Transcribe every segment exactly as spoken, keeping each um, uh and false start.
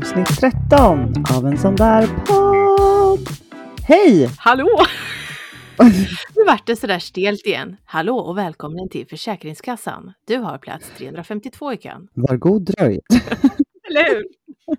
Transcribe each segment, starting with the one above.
avsnitt tretton av en sån där podd. Hej! Hallå! Nu vart det sådär stelt igen. Hallå och välkommen till Försäkringskassan. Du har plats trehundrafemtiotvå i kön. Var god dröj. Eller hur?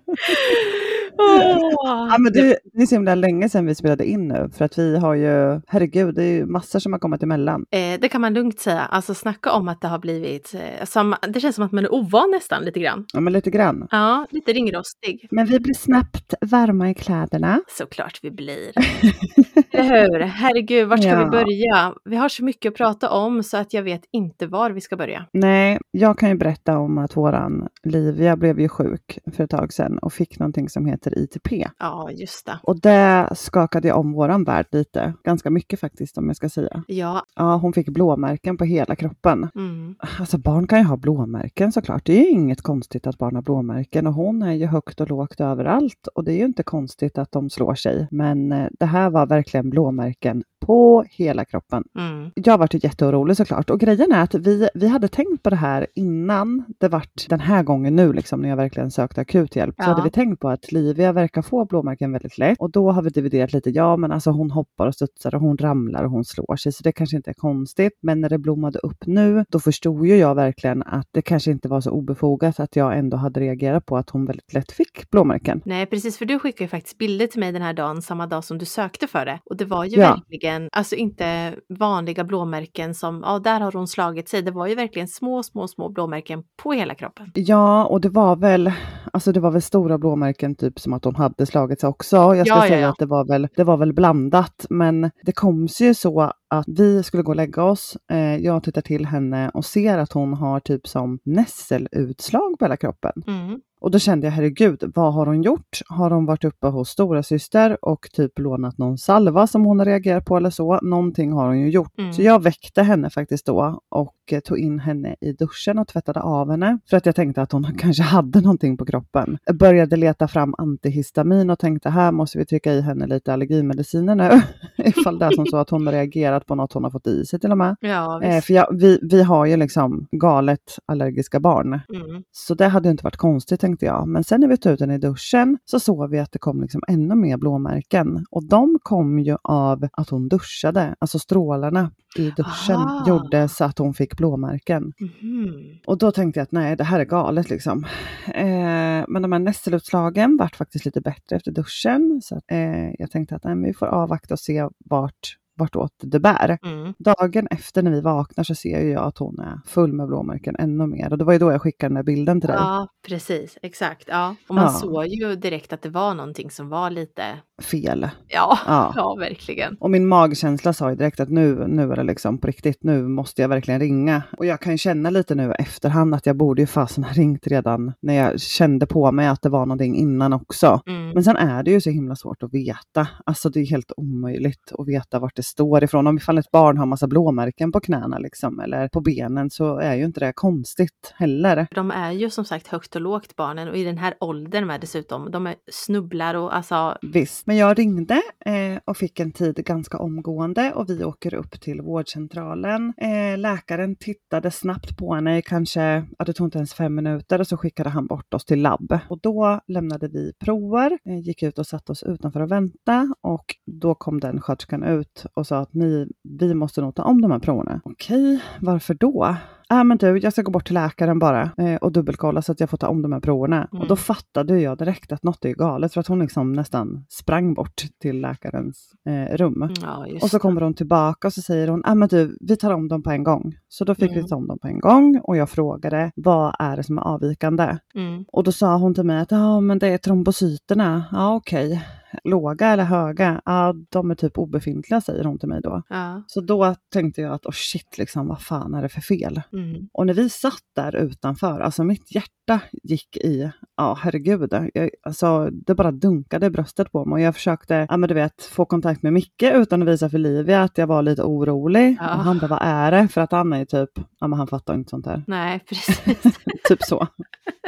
Oh. Ja, men det, det är så himla länge sedan vi spelade in nu. För att vi har ju, herregud, det är ju massor som har kommit emellan. Eh, det kan man lugnt säga. Alltså snacka om att det har blivit, eh, som, det känns som att man är ovan nästan lite grann. Ja, men lite grann. Ja, lite ringrostig. Men vi blir snabbt varma i kläderna. Såklart vi blir. Eller hur? Herregud, vart ska Ja. vi börja? Vi har så mycket att prata om så att jag vet inte var vi ska börja. Nej, jag kan ju berätta om att våran Livia blev ju sjuk för ett tag sedan och fick någonting som heter I T P. Ja, just det. Och det skakade jag om våran värld lite. Ganska mycket faktiskt, om jag ska säga. Ja. Ja, hon fick blåmärken på hela kroppen. Mm. Alltså barn kan ju ha blåmärken såklart. Det är ju inget konstigt att barn har blåmärken. Och hon är ju högt och lågt överallt. Och det är ju inte konstigt att de slår sig. Men eh, det här var verkligen blåmärken på hela kroppen. Mm. Jag var ju jätteorolig såklart. Och grejen är att vi, vi hade tänkt på det här innan det vart den här gången nu liksom när jag verkligen sökte akuthjälp. Så Ja. hade vi tänkt på att Livia verkar få blåmärken väldigt lätt. Och då har vi dividerat lite. Ja, men alltså hon hoppar och studsar och hon ramlar och hon slår sig. Så det kanske inte är konstigt. Men när det blommade upp nu, då förstod ju jag verkligen att det kanske inte var så obefogat att jag ändå hade reagerat på att hon väldigt lätt fick blåmärken. Nej, precis, för du skickade ju faktiskt bilder till mig den här dagen, samma dag som du sökte för det. Och det var ju Ja. verkligen, alltså inte vanliga blåmärken som, ja där har hon slagit sig. Det var ju verkligen små, små, små blåmärken på hela kroppen. Ja, och det var väl, alltså det var väl stora blåmärken typ som att hon hade slagit sig också. Jag ska Ja, ja, säga ja. att det var väl, det var väl blandat, men det kom sig ju så att vi skulle gå och lägga oss. Eh, jag tittar till henne och ser att hon har typ som nässelutslag på hela kroppen. Mm. Och då kände jag, herregud, vad har hon gjort? Har hon varit uppe hos stora syster och typ lånat någon salva som hon har reagerat på eller så? Någonting har hon ju gjort. Mm. Så jag väckte henne faktiskt då och eh, tog in henne i duschen och tvättade av henne. För att jag tänkte att hon kanske hade någonting på kroppen. Jag började leta fram antihistamin och tänkte, här måste vi trycka i henne lite allergimediciner nu. Ifall det är som så att hon har reagerat på något hon har fått i sig till och med. Ja, Eh, visst. för jag, vi, vi har ju liksom galet allergiska barn. Mm. Så det hade inte varit konstigt tänkte jag. Men sen när vi tog ut den i duschen så såg vi att det kom liksom ännu mer blåmärken. Och de kom ju av att hon duschade. Alltså strålarna i duschen Aha. gjorde så att hon fick blåmärken. Mhm. Och då tänkte jag att nej, det här är galet liksom. Eh, men de här nässelutslagen vart faktiskt lite bättre efter duschen. Så att, eh, jag tänkte att nej, men vi får avvakta och se vart vartåt det bär. Mm. Dagen efter när vi vaknar så ser ju jag att hon är full med blåmärken ännu mer. Och det var ju då jag skickade den där bilden till dig. Ja, precis, exakt. Ja. Och man Ja. såg ju direkt att det var någonting som var lite, Fel. ja, Ja. ja, verkligen. Och min magkänsla sa ju direkt att nu, nu är det liksom på riktigt, nu måste jag verkligen ringa. Och jag kan ju känna lite nu efterhand att jag borde ju fasen ha ringt redan när jag kände på mig att det var någonting innan också. Mm. Men sen är det ju så himla svårt att veta. Alltså det är helt omöjligt att veta vart det står ifrån. Om ifall ett barn har massa blåmärken på knäna liksom, eller på benen så är ju inte det konstigt heller. De är ju som sagt högt och lågt barnen och i den här åldern med dessutom. De är snubblar och alltså. Visst, men jag ringde eh, och fick en tid ganska omgående och vi åker upp till vårdcentralen. Eh, läkaren tittade snabbt på henne i kanske, ja, det tog inte ens fem minuter och så skickade han bort oss till labb. Och då lämnade vi prover, eh, gick ut och satte oss utanför och vänta och då kom den sköterskan ut och sa att ni, vi måste nog ta om de här proverna. Okej, varför då? Ah, men du, jag ska gå bort till läkaren bara eh, och dubbelkolla så att jag får ta om de här proverna. Mm. Och då fattade jag direkt att något är galet för att hon liksom nästan sprang bort till läkarens eh, rum. Ja, just Och så det. kommer hon tillbaka och så säger hon, ah, men du, vi tar om dem på en gång. Så då fick Mm. vi ta om dem på en gång och jag frågade, vad är det som är avvikande? Mm. Och då sa hon till mig att ja, men det är trombocyterna. Ja, okej. Låga eller höga? Ja, de är typ obefintliga, säger hon till mig då. Ja. Så då tänkte jag att, oh shit, liksom, vad fan är det för fel? Mm. Och när vi satt där utanför, alltså mitt hjärta gick i, ja herregud, jag, alltså det bara dunkade i bröstet på mig. Och jag försökte, ja men du vet, få kontakt med Micke utan att visa för Livia att jag var lite orolig. Ja. Och han bara, vad är det? För att han är ju typ, ja men han fattar inte sånt här. Nej, precis. Typ så.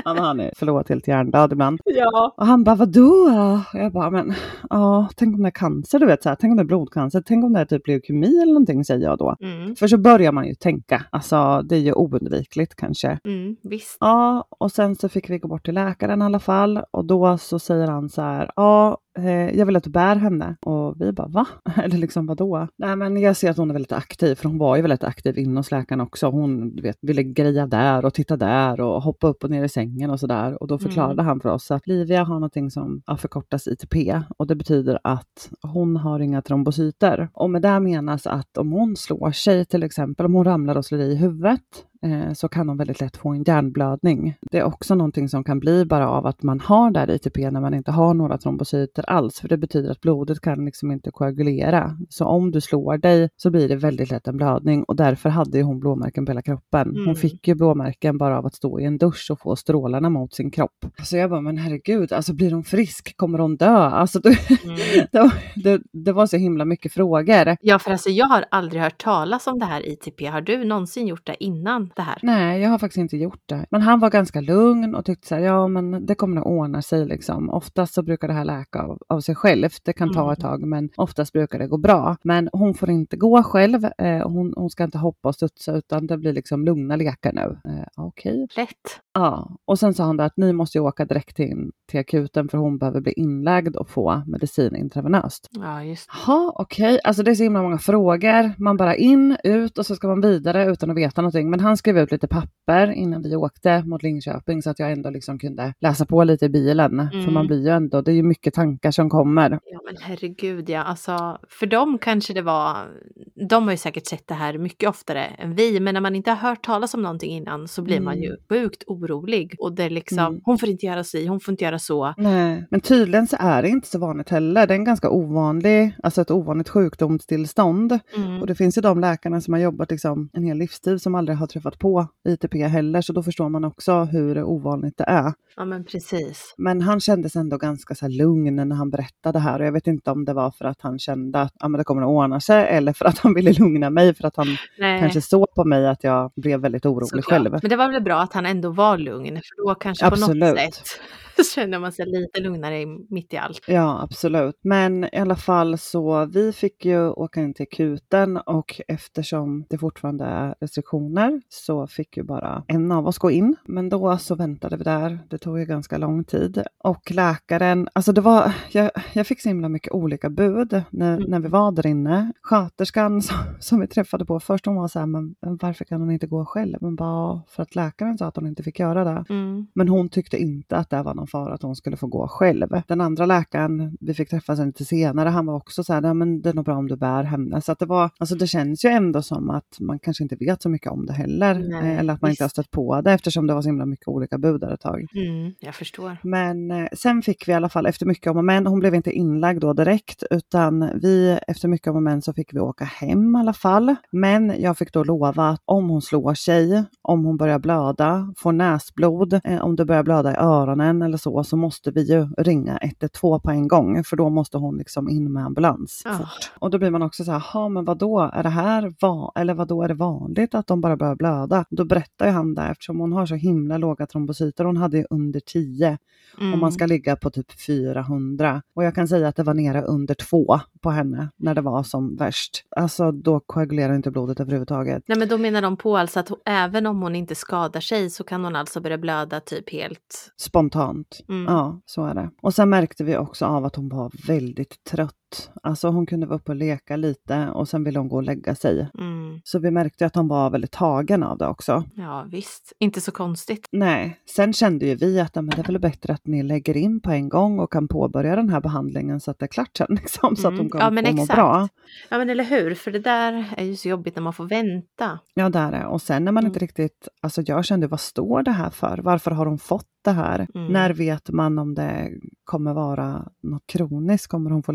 Ja, men han är förlåt helt hjärndöd ibland. Ja. Och han bara, vadå? Och jag bara, men ja, tänk om det är cancer, du vet så här. Tänk om det är blodcancer, tänk om det är typ leukemi eller någonting, säger jag då. Mm. För så börjar man ju tänka, alltså det är ju oundvikligt kanske. Mm, visst. Ja, och sen så fick vi gå bort till läkaren i alla fall. Och då så säger han så här, ja, eh, jag vill att du bär henne. Och vi bara, va? Eller liksom vadå? Nej, men jag ser att hon är väldigt aktiv, för hon var ju väldigt aktiv in hos läkaren också. Hon, du vet, ville greja där och titta där och hoppa upp och ner i sängen och sådär. Och då förklarade mm. han för oss att Livia har någonting som ja, förkortas I T P. Och det betyder att hon har inga trombocyter. Och med det menas att om hon slår sig till exempel, om hon ramlar och slår i huvudet, så kan de väldigt lätt få en hjärnblödning. Det är också någonting som kan bli bara av att man har där I T P när man inte har några trombocyter alls. För det betyder att blodet kan liksom inte koagulera. Så om du slår dig så blir det väldigt lätt en blödning. Och därför hade ju hon blåmärken på hela kroppen. Mm. Hon fick ju blåmärken bara av att stå i en dusch och få strålarna mot sin kropp. Så jag bara, men herregud, alltså blir hon frisk? Kommer hon dö? Alltså det, mm. det, det, det var så himla mycket frågor. Ja, för alltså jag har aldrig hört talas om det här I T P. Har du någonsin gjort det innan det här? Nej, jag har faktiskt inte gjort det. Men han var ganska lugn och tyckte så här, ja men det kommer att ordna sig liksom. Oftast så brukar det här läka av, av sig själv. Det kan ta ett tag, men oftast brukar det gå bra. Men hon får inte gå själv. Eh, hon, hon ska inte hoppa och studsa, utan det blir liksom lugna lekar nu. Eh, Okej. Okay. Lätt. Ja, och sen sa han då att ni måste åka direkt till, till akuten, för hon behöver bli inlagd och få medicin intravenöst. Ja, just det. Jaha, okej. Okay. Alltså det är så himla många frågor. Man bara in, ut och så ska man vidare utan att veta någonting. Men han skrev ut lite papper innan vi åkte mot Linköping, så att jag ändå liksom kunde läsa på lite i bilen. Mm. För man blir ju ändå, det är ju mycket tankar som kommer. Ja men herregud, ja. Alltså, för dem kanske det var, de har ju säkert sett det här mycket oftare än vi. Men när man inte har hört talas om någonting innan så blir mm. man ju sjukt orolig. Och det är liksom, mm. hon får inte göra så, hon får inte göra så. Nej, men tydligen så är det inte så vanligt heller. Det är en ganska ovanlig, alltså ett ovanligt sjukdomstillstånd. Mm. Och det finns ju de läkarna som har jobbat liksom en hel livstid som aldrig har träffat på I T P heller, så då förstår man också hur ovanligt det är. Ja men precis. Men han kändes ändå ganska så här lugn när han berättade det här, och jag vet inte om det var för att han kände att ja, men det kommer att ordna sig, eller för att han ville lugna mig, för att han Nej. kanske såg på mig att jag blev väldigt orolig Såklart. själv. Men det var väl bra att han ändå var lugn, för då kanske Absolut. på något sätt känner man sig lite lugnare mitt i allt. Ja, absolut. Men i alla fall så vi fick ju åka in till akuten, och eftersom det fortfarande är restriktioner så fick ju bara en av oss gå in. Men då så väntade vi där. Det tog ju ganska lång tid. Och läkaren, alltså det var, jag, jag fick så himla mycket olika bud när, mm. när vi var där inne. Sköterskan som, som vi träffade på först, hon var så här, men varför kan hon inte gå själv? Men bara för att läkaren sa att hon inte fick göra det. Mm. Men hon tyckte inte att det var någon fara att hon skulle få gå själv. Den andra läkaren vi fick träffa sen lite senare, han var också så här, nej men det är nog bra om du bär henne. Så att det var, alltså det känns ju ändå som att man kanske inte vet så mycket om det heller. Nej, eller att man visst. inte har stött på det, eftersom det var så himla mycket olika bud där ett tag. Mm, jag förstår. Men eh, sen fick vi i alla fall efter mycket om och men, hon blev inte inlagd då direkt, utan vi efter mycket om och men så fick vi åka hem i alla fall. Men jag fick då lova att om hon slår sig, om hon börjar blöda, får näsblod, eh, om det börjar blöda i öronen eller så, så måste vi ju ringa ett ett två på en gång, för då måste hon liksom in med ambulans oh. fort. Och då blir man också så här, ja men vadå, är det här va- eller vadå är det vanligt att de bara börjar blöda? Då berättar ju han där, eftersom hon har så himla låga trombocyter, hon hade ju under tio mm. och man ska ligga på typ fyrahundra. Och jag kan säga att det var nere under två på henne när det var som värst. Alltså då koagulerar inte blodet överhuvudtaget. Nej men då menar de på alltså att hon, även om hon inte skadar sig så kan hon alltså börja blöda typ helt spontant. Mm. Ja, så är det. Och sen märkte vi också av att hon var väldigt trött. Alltså hon kunde vara uppe och leka lite och sen ville hon gå och lägga sig. Mm. Så vi märkte att hon var väldigt tagen av det också. Ja visst, inte så konstigt. Nej, sen kände ju vi att men det är väl bättre att ni lägger in på en gång och kan påbörja den här behandlingen så att det är klart sen liksom, mm. så att de kan ja, men få exakt. må bra. Ja men eller hur, för det där är ju så jobbigt när man får vänta. Ja det är det, och sen när man mm. inte riktigt, alltså jag kände vad står det här för? Varför har de fått det här? Mm. När vet man om det kommer vara något kroniskt? Kommer hon få leva med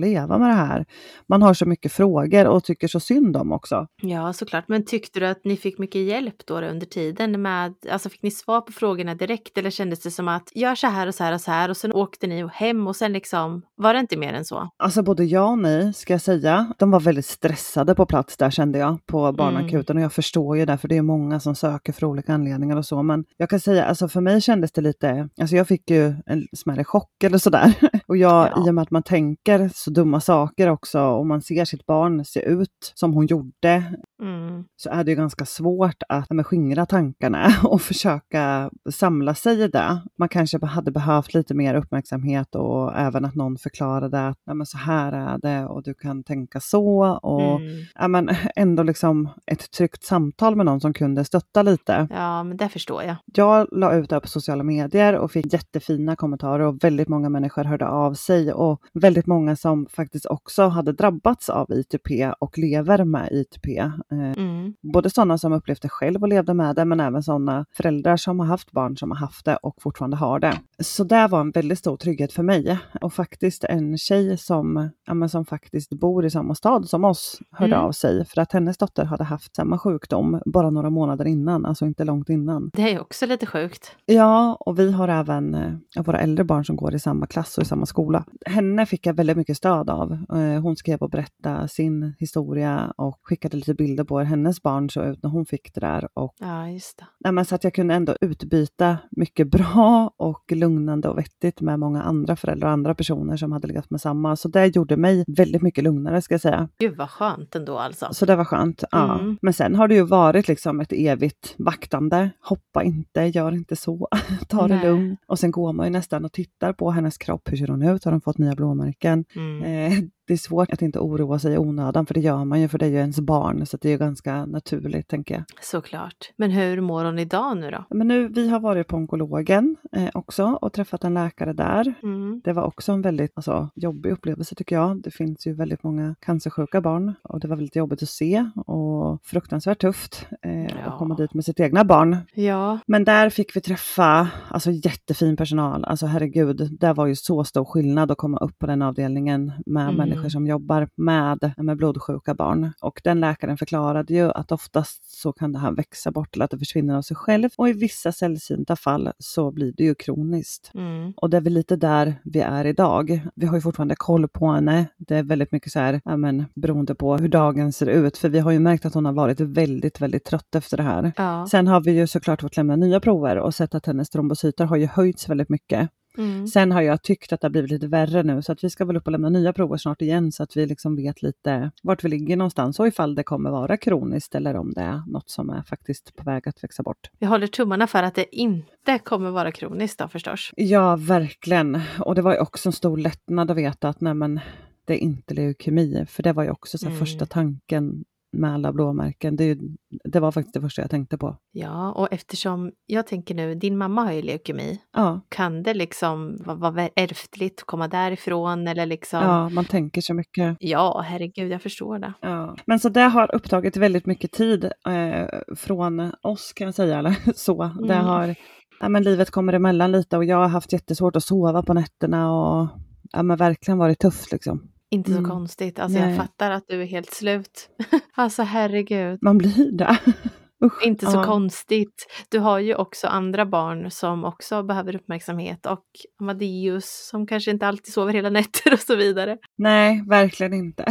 med det här. Man har så mycket frågor och tycker så synd om också. Ja, såklart. Men tyckte du att ni fick mycket hjälp då under tiden med, alltså fick ni svar på frågorna direkt eller kändes det som att gör så här och så här och så här och sen åkte ni hem och sen liksom, var det inte mer än så? Alltså både jag och ni ska jag säga, de var väldigt stressade på plats där kände jag på barnakuten mm. och jag förstår ju det för det är många som söker för olika anledningar och så, men jag kan säga, alltså för mig kändes det lite, alltså jag fick ju en smärre chock eller sådär och jag, ja. i och med att man tänker så dumma saker också och man ser sitt barn se ut som hon gjorde mm. så är det ju ganska svårt att ja, skingra tankarna och försöka samla sig i det. Man kanske hade behövt lite mer uppmärksamhet och även att någon förklarade att ja, men så här är det och du kan tänka så och mm. ja, men ändå liksom ett tryggt samtal med någon som kunde stötta lite. Ja, men det förstår jag. Jag la ut det på sociala medier och fick jättefina kommentarer och väldigt många människor hörde av sig och väldigt många som faktiskt också hade drabbats av I T P och lever med I T P. Mm. Både sådana som upplevt det själv och levde med det men även sådana föräldrar som har haft barn som har haft det och fortfarande har det. Så det var en väldigt stor trygghet för mig och faktiskt en tjej som, ja, men som faktiskt bor i samma stad som oss hörde mm. av sig för att hennes dotter hade haft samma sjukdom bara några månader innan, alltså inte långt innan. Det är också lite sjukt. Ja, och vi har även äh, våra äldre barn som går i samma klass och i samma skola. Henne fick jag väldigt mycket stöd av. Äh, hon skrev och berättade sin historia och skickade lite bilder på hur hennes barn såg ut när hon fick det där. Och, ja, just det. Nej, men så att jag kunde ändå utbyta mycket bra och lugnande och vettigt med många andra föräldrar och andra personer som hade legat med samma. Så det gjorde mig väldigt mycket lugnare ska jag säga. Gud vad skönt ändå alltså. Så det var skönt, ja. Mm. Men sen har det ju varit liksom ett evigt vaktande. Hoppa inte, gör inte så. Ta det lugnt. Och sen går man ju nästan och tittar på hennes kropp. Hur ser hon ut? Har hon fått nya blåmärken? Mm. Eh, det är svårt att inte oroa sig i onödan. För det gör man ju, för det är ju ens barn. Så det är ju ganska naturligt, tänker jag. Såklart. Men hur mår hon idag nu då? Men nu, vi har varit på onkologen eh, också. Och träffat en läkare där. Mm. Det var också en väldigt alltså, jobbig upplevelse tycker jag. Det finns ju väldigt många cancersjuka barn. Och det var väldigt jobbigt att se. Och fruktansvärt tufft. Eh, ja. Att komma dit med sitt egna barn. Ja. Men där fick vi träffa alltså, jättefin personal. Alltså herregud, det var ju så stor skillnad att komma upp på den avdelningen med mm. människor som jobbar med, med blodsjuka barn. Och den läkaren förklarade ju att oftast så kan det här växa bort eller att det försvinner av sig själv. Och i vissa sällsynta fall så blir det ju kroniskt. Mm. Och det är väl lite där vi är idag. Vi har ju fortfarande koll på henne. Det är väldigt mycket så här, ja men beroende på hur dagen ser ut. För vi har ju märkt att hon har varit väldigt, väldigt trött efter det här. Ja. Sen har vi ju såklart fått lämna nya prover och sett att hennes trombocyter har ju höjts väldigt mycket. Mm. Sen har jag tyckt att det har blivit lite värre nu så att vi ska väl upp och lämna nya prover snart igen så att vi liksom vet lite vart vi ligger någonstans och ifall det kommer vara kroniskt eller om det är något som är faktiskt på väg att växa bort. Vi håller tummarna för att det inte kommer vara kroniskt då förstås. Ja, verkligen. Och det var ju också en stor lättnad att veta att nej men det är inte leukemi, för det var ju också så mm. första tanken med alla blåmärken. Det, det var faktiskt det första jag tänkte på. Ja, och eftersom jag tänker nu, din mamma har ju leukemi. Ja. Kan det liksom vara, vara ärftligt att komma därifrån eller liksom? Ja, man tänker så mycket. Ja, herregud, jag förstår det. Ja. Men så det har upptagit väldigt mycket tid eh, från oss kan jag säga, eller så. Mm. Det har, ja men livet kommer emellan lite och jag har haft jättesvårt att sova på nätterna och ja men verkligen varit tufft liksom. Inte så mm. konstigt. Alltså Nej. Jag fattar att du är helt slut. Alltså herregud. Man blir det. Usch, inte så ja. konstigt. Du har ju också andra barn som också behöver uppmärksamhet. Och Amadeus som kanske inte alltid sover hela nätter och så vidare. Nej, verkligen inte.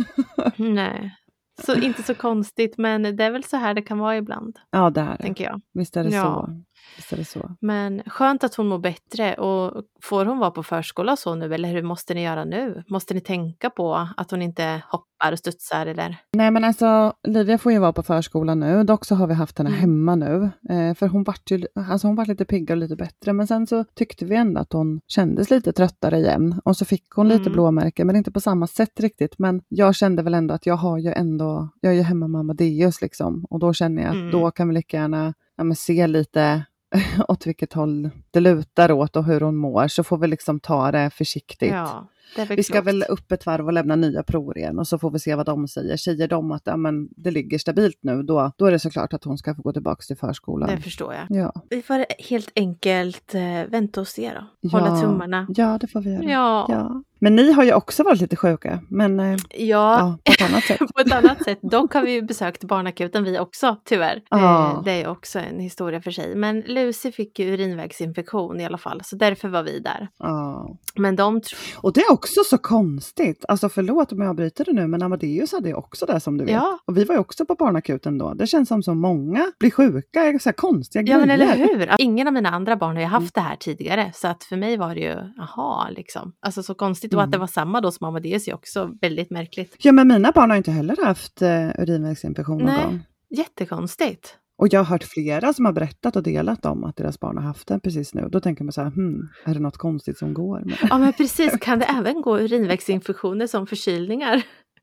Nej. Så inte så konstigt, men det är väl så här det kan vara ibland. Ja, det är det. Tänker jag. Visst är det ja. så. Visst är det så. Men skönt att hon mår bättre. Och får hon vara på förskola så nu? Eller hur måste ni göra nu? Måste ni tänka på att hon inte hoppar och studsar? Eller? Nej, men alltså Livia får ju vara på förskola nu. Dock så har vi haft henne mm. hemma nu. Eh, för hon vart ju alltså hon var lite piggare och lite bättre. Men sen så tyckte vi ändå att hon kändes lite tröttare igen. Och så fick hon mm. lite blåmärken. Men inte på samma sätt riktigt. Men jag kände väl ändå att jag har ju ändå, jag är ju hemma med Amadeus liksom. Och då känner jag att mm. då kan vi lika gärna ja, men se lite åt vilket håll det lutar åt och hur hon mår, så får vi liksom ta det försiktigt. Ja, det vi ska klokt. väl upp ett varv och lämna nya prover igen och så får vi se vad de säger. Säger de att ja, men det ligger stabilt nu, då, då är det såklart att hon ska få gå tillbaka till förskolan. Det förstår jag. Ja. Vi får helt enkelt eh, vänta och se då. Hålla ja. tummarna. Ja, det får vi göra. Ja. ja. Men ni har ju också varit lite sjuka. Men ja, ja på ett annat sätt. på ett annat sätt. Dock har vi ju besökt barnakuten vi också, tyvärr. Ja. Eh, det är också en historia för sig. Men Lucy fick ju urinvägsinfektion i alla fall. Så därför var vi där. Ja. Men de tr- Och det är också så konstigt. Alltså förlåt om jag avbryter det nu, men Amadeus hade ju också det som du vet. Ja. Och vi var ju också på barnakuten då. Det känns som så många blir sjuka, så här konstiga Ja, grejer. men eller hur? Ingen av mina andra barn har ju haft det här tidigare. Så att för mig var det ju, aha, liksom. Alltså så konstigt. Och Mm. att det var samma då som Amadeus är också väldigt märkligt. Ja, men mina barn har inte heller haft uh, urinvägsinfektion någon Nej, gång. jättekonstigt. Och jag har hört flera som har berättat och delat om att deras barn har haft det precis nu. Då tänker man så här, hmm, är det något konstigt som går? Men... Ja, men precis. Kan det även gå urinvägsinfektioner som förkylningar?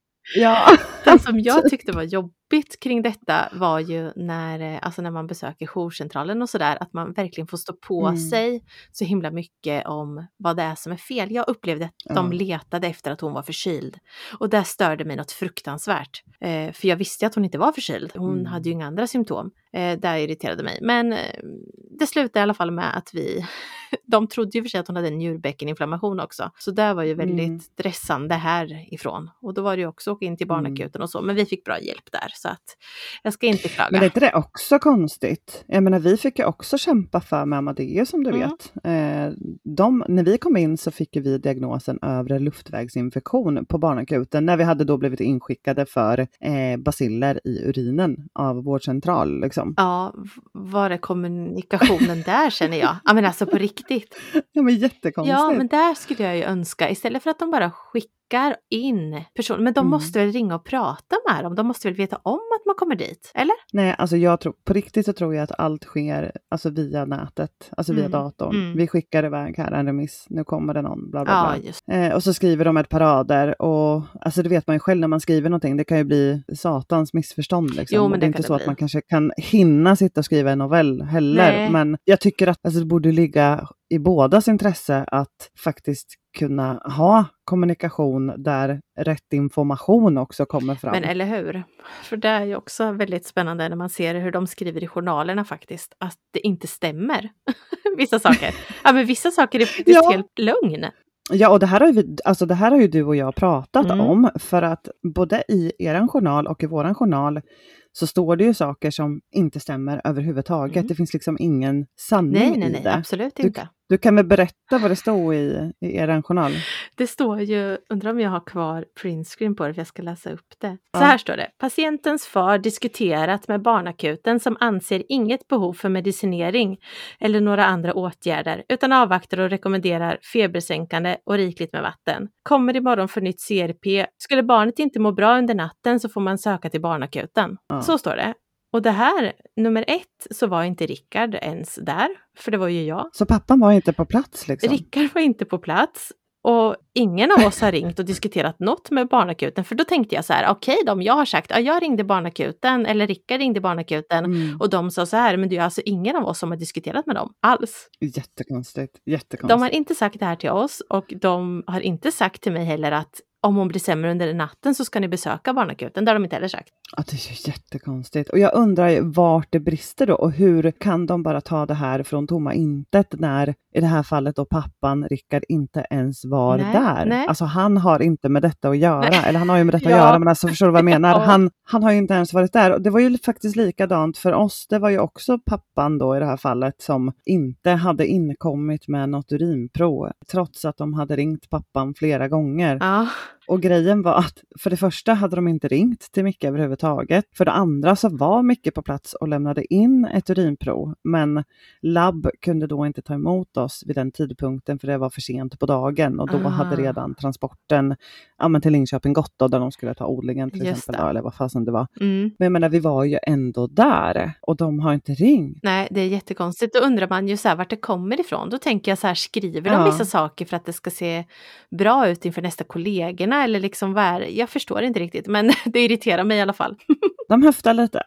Ja. Det som jag tyckte var jobbigt kring detta var ju när, alltså när man besöker jourcentralen och sådär, att man verkligen får stå på Mm. sig så himla mycket om vad det är som är fel. Jag upplevde att Ja. de letade efter att hon var förkyld. Och det störde mig något fruktansvärt. Eh, för jag visste att hon inte var förkyld. Hon Mm. hade ju inga andra symptom. Eh, det irriterade mig. Men eh, det slutade i alla fall med att vi... De trodde ju för sig att hon hade en njurbäckeninflammation också. Så det var ju väldigt Mm. stressande härifrån. Och då var det ju också att åka in till barnakuten och så. Men vi fick bra hjälp där. Så att jag ska inte klaga. Men är inte det också konstigt? Jag menar, vi fick ju också kämpa för med Amadeus som du Mm. vet. Eh, de, när vi kom in så fick vi diagnosen övre luftvägsinfektion på barnakuten. När vi hade då blivit inskickade för eh, baciller i urinen av vårdcentral. Liksom. Ja, var är kommunikationen där känner jag? Ja, men alltså på riktigt. Ja, men jättekonstigt. Ja, men där skulle jag ju önska, istället för att de bara skickar in personer, men de Mm. måste väl ringa och prata med dem, de måste väl veta om att man kommer dit, eller? Nej, alltså jag tror, på riktigt så tror jag att allt sker alltså via nätet, alltså via Mm. datorn. Mm. Vi skickar iväg här en remiss, nu kommer det någon, bla bla Ja, bla. just. Eh, och så skriver de ett par rader och alltså det vet man ju själv när man skriver någonting, det kan ju bli satans missförstånd liksom. Jo, men Och det det är kan inte det så bli. att man kanske kan hinna sitta och skriva en novell heller, Nej. men jag tycker att alltså, det borde ligga i bådas intresse att faktiskt kunna ha kommunikation där rätt information också kommer fram. Men eller hur? För det är ju också väldigt spännande när man ser hur de skriver i journalerna faktiskt, att det inte stämmer. Vissa saker. Ja, men vissa saker är faktiskt Ja. helt lögn. Ja, och det här, har ju vi, alltså det här har ju du och jag pratat Mm. om, för att både i er journal och i våran journal så står det ju saker som inte stämmer överhuvudtaget. Mm. Det finns liksom ingen sanning Nej, nej, i nej, det. absolut Du- inte. Du kan väl berätta vad det står i, i er journal? Det står ju, undrar om jag har kvar printscreen på det för jag ska läsa upp det. Ja. Så här står det. Patientens far diskuterat med barnakuten som anser inget behov för medicinering eller några andra åtgärder utan avvaktar och rekommenderar febersänkande och rikligt med vatten. Kommer imorgon för nytt C R P. Skulle barnet inte må bra under natten så får man söka till barnakuten. Ja. Så står det. Och det här, nummer ett, så var inte Rickard ens där, för det var ju jag. Så pappan var inte på plats liksom? Rickard var inte på plats och ingen av oss har ringt och diskuterat något med barnakuten. För då tänkte jag så här, okej okay, om jag har sagt, ja, jag ringde barnakuten eller Rickard ringde barnakuten Mm. och de sa så här, men det är alltså ingen av oss som har diskuterat med dem alls. Jättekonstigt, jättekonstigt. De har inte sagt det här till oss och de har inte sagt till mig heller att om hon blir sämre under natten så ska ni besöka barnakuten. Det har de inte heller sagt. Ja, det är ju jättekonstigt. Och jag undrar ju vart det brister då. Och hur kan de bara ta det här från tomma intet när i det här fallet då pappan Rickard inte ens var Nej, där. nej. Alltså han har inte med detta att göra. Nej. Eller han har ju med detta Ja. att göra, men alltså förstår du vad jag menar? Ja. Han, han har ju inte ens varit där. Och det var ju faktiskt likadant för oss. Det var ju också pappan då i det här fallet som inte hade inkommit med något urinprov. Trots att de hade ringt pappan flera gånger. Ja, Och grejen var att för det första hade de inte ringt till Micke överhuvudtaget. För det andra så var Micke på plats och lämnade in ett urinprov. Men labb kunde då inte ta emot oss vid den tidpunkten för det var för sent på dagen. Och då Ah. hade redan transporten ja, men till Linköping gått då, där de skulle ta odlingen till Just exempel. det. Då, eller vad fasen det var. mm. Men jag menar, vi var ju ändå där och de har inte ringt. Nej, det är jättekonstigt. Då undrar man ju så här vart det kommer ifrån. Då tänker jag så här, skriver de Ja. vissa saker för att det ska se bra ut inför nästa kollegorna? Eller liksom vad är det? Jag förstår inte riktigt, men det irriterar mig i alla fall. De höftar lite.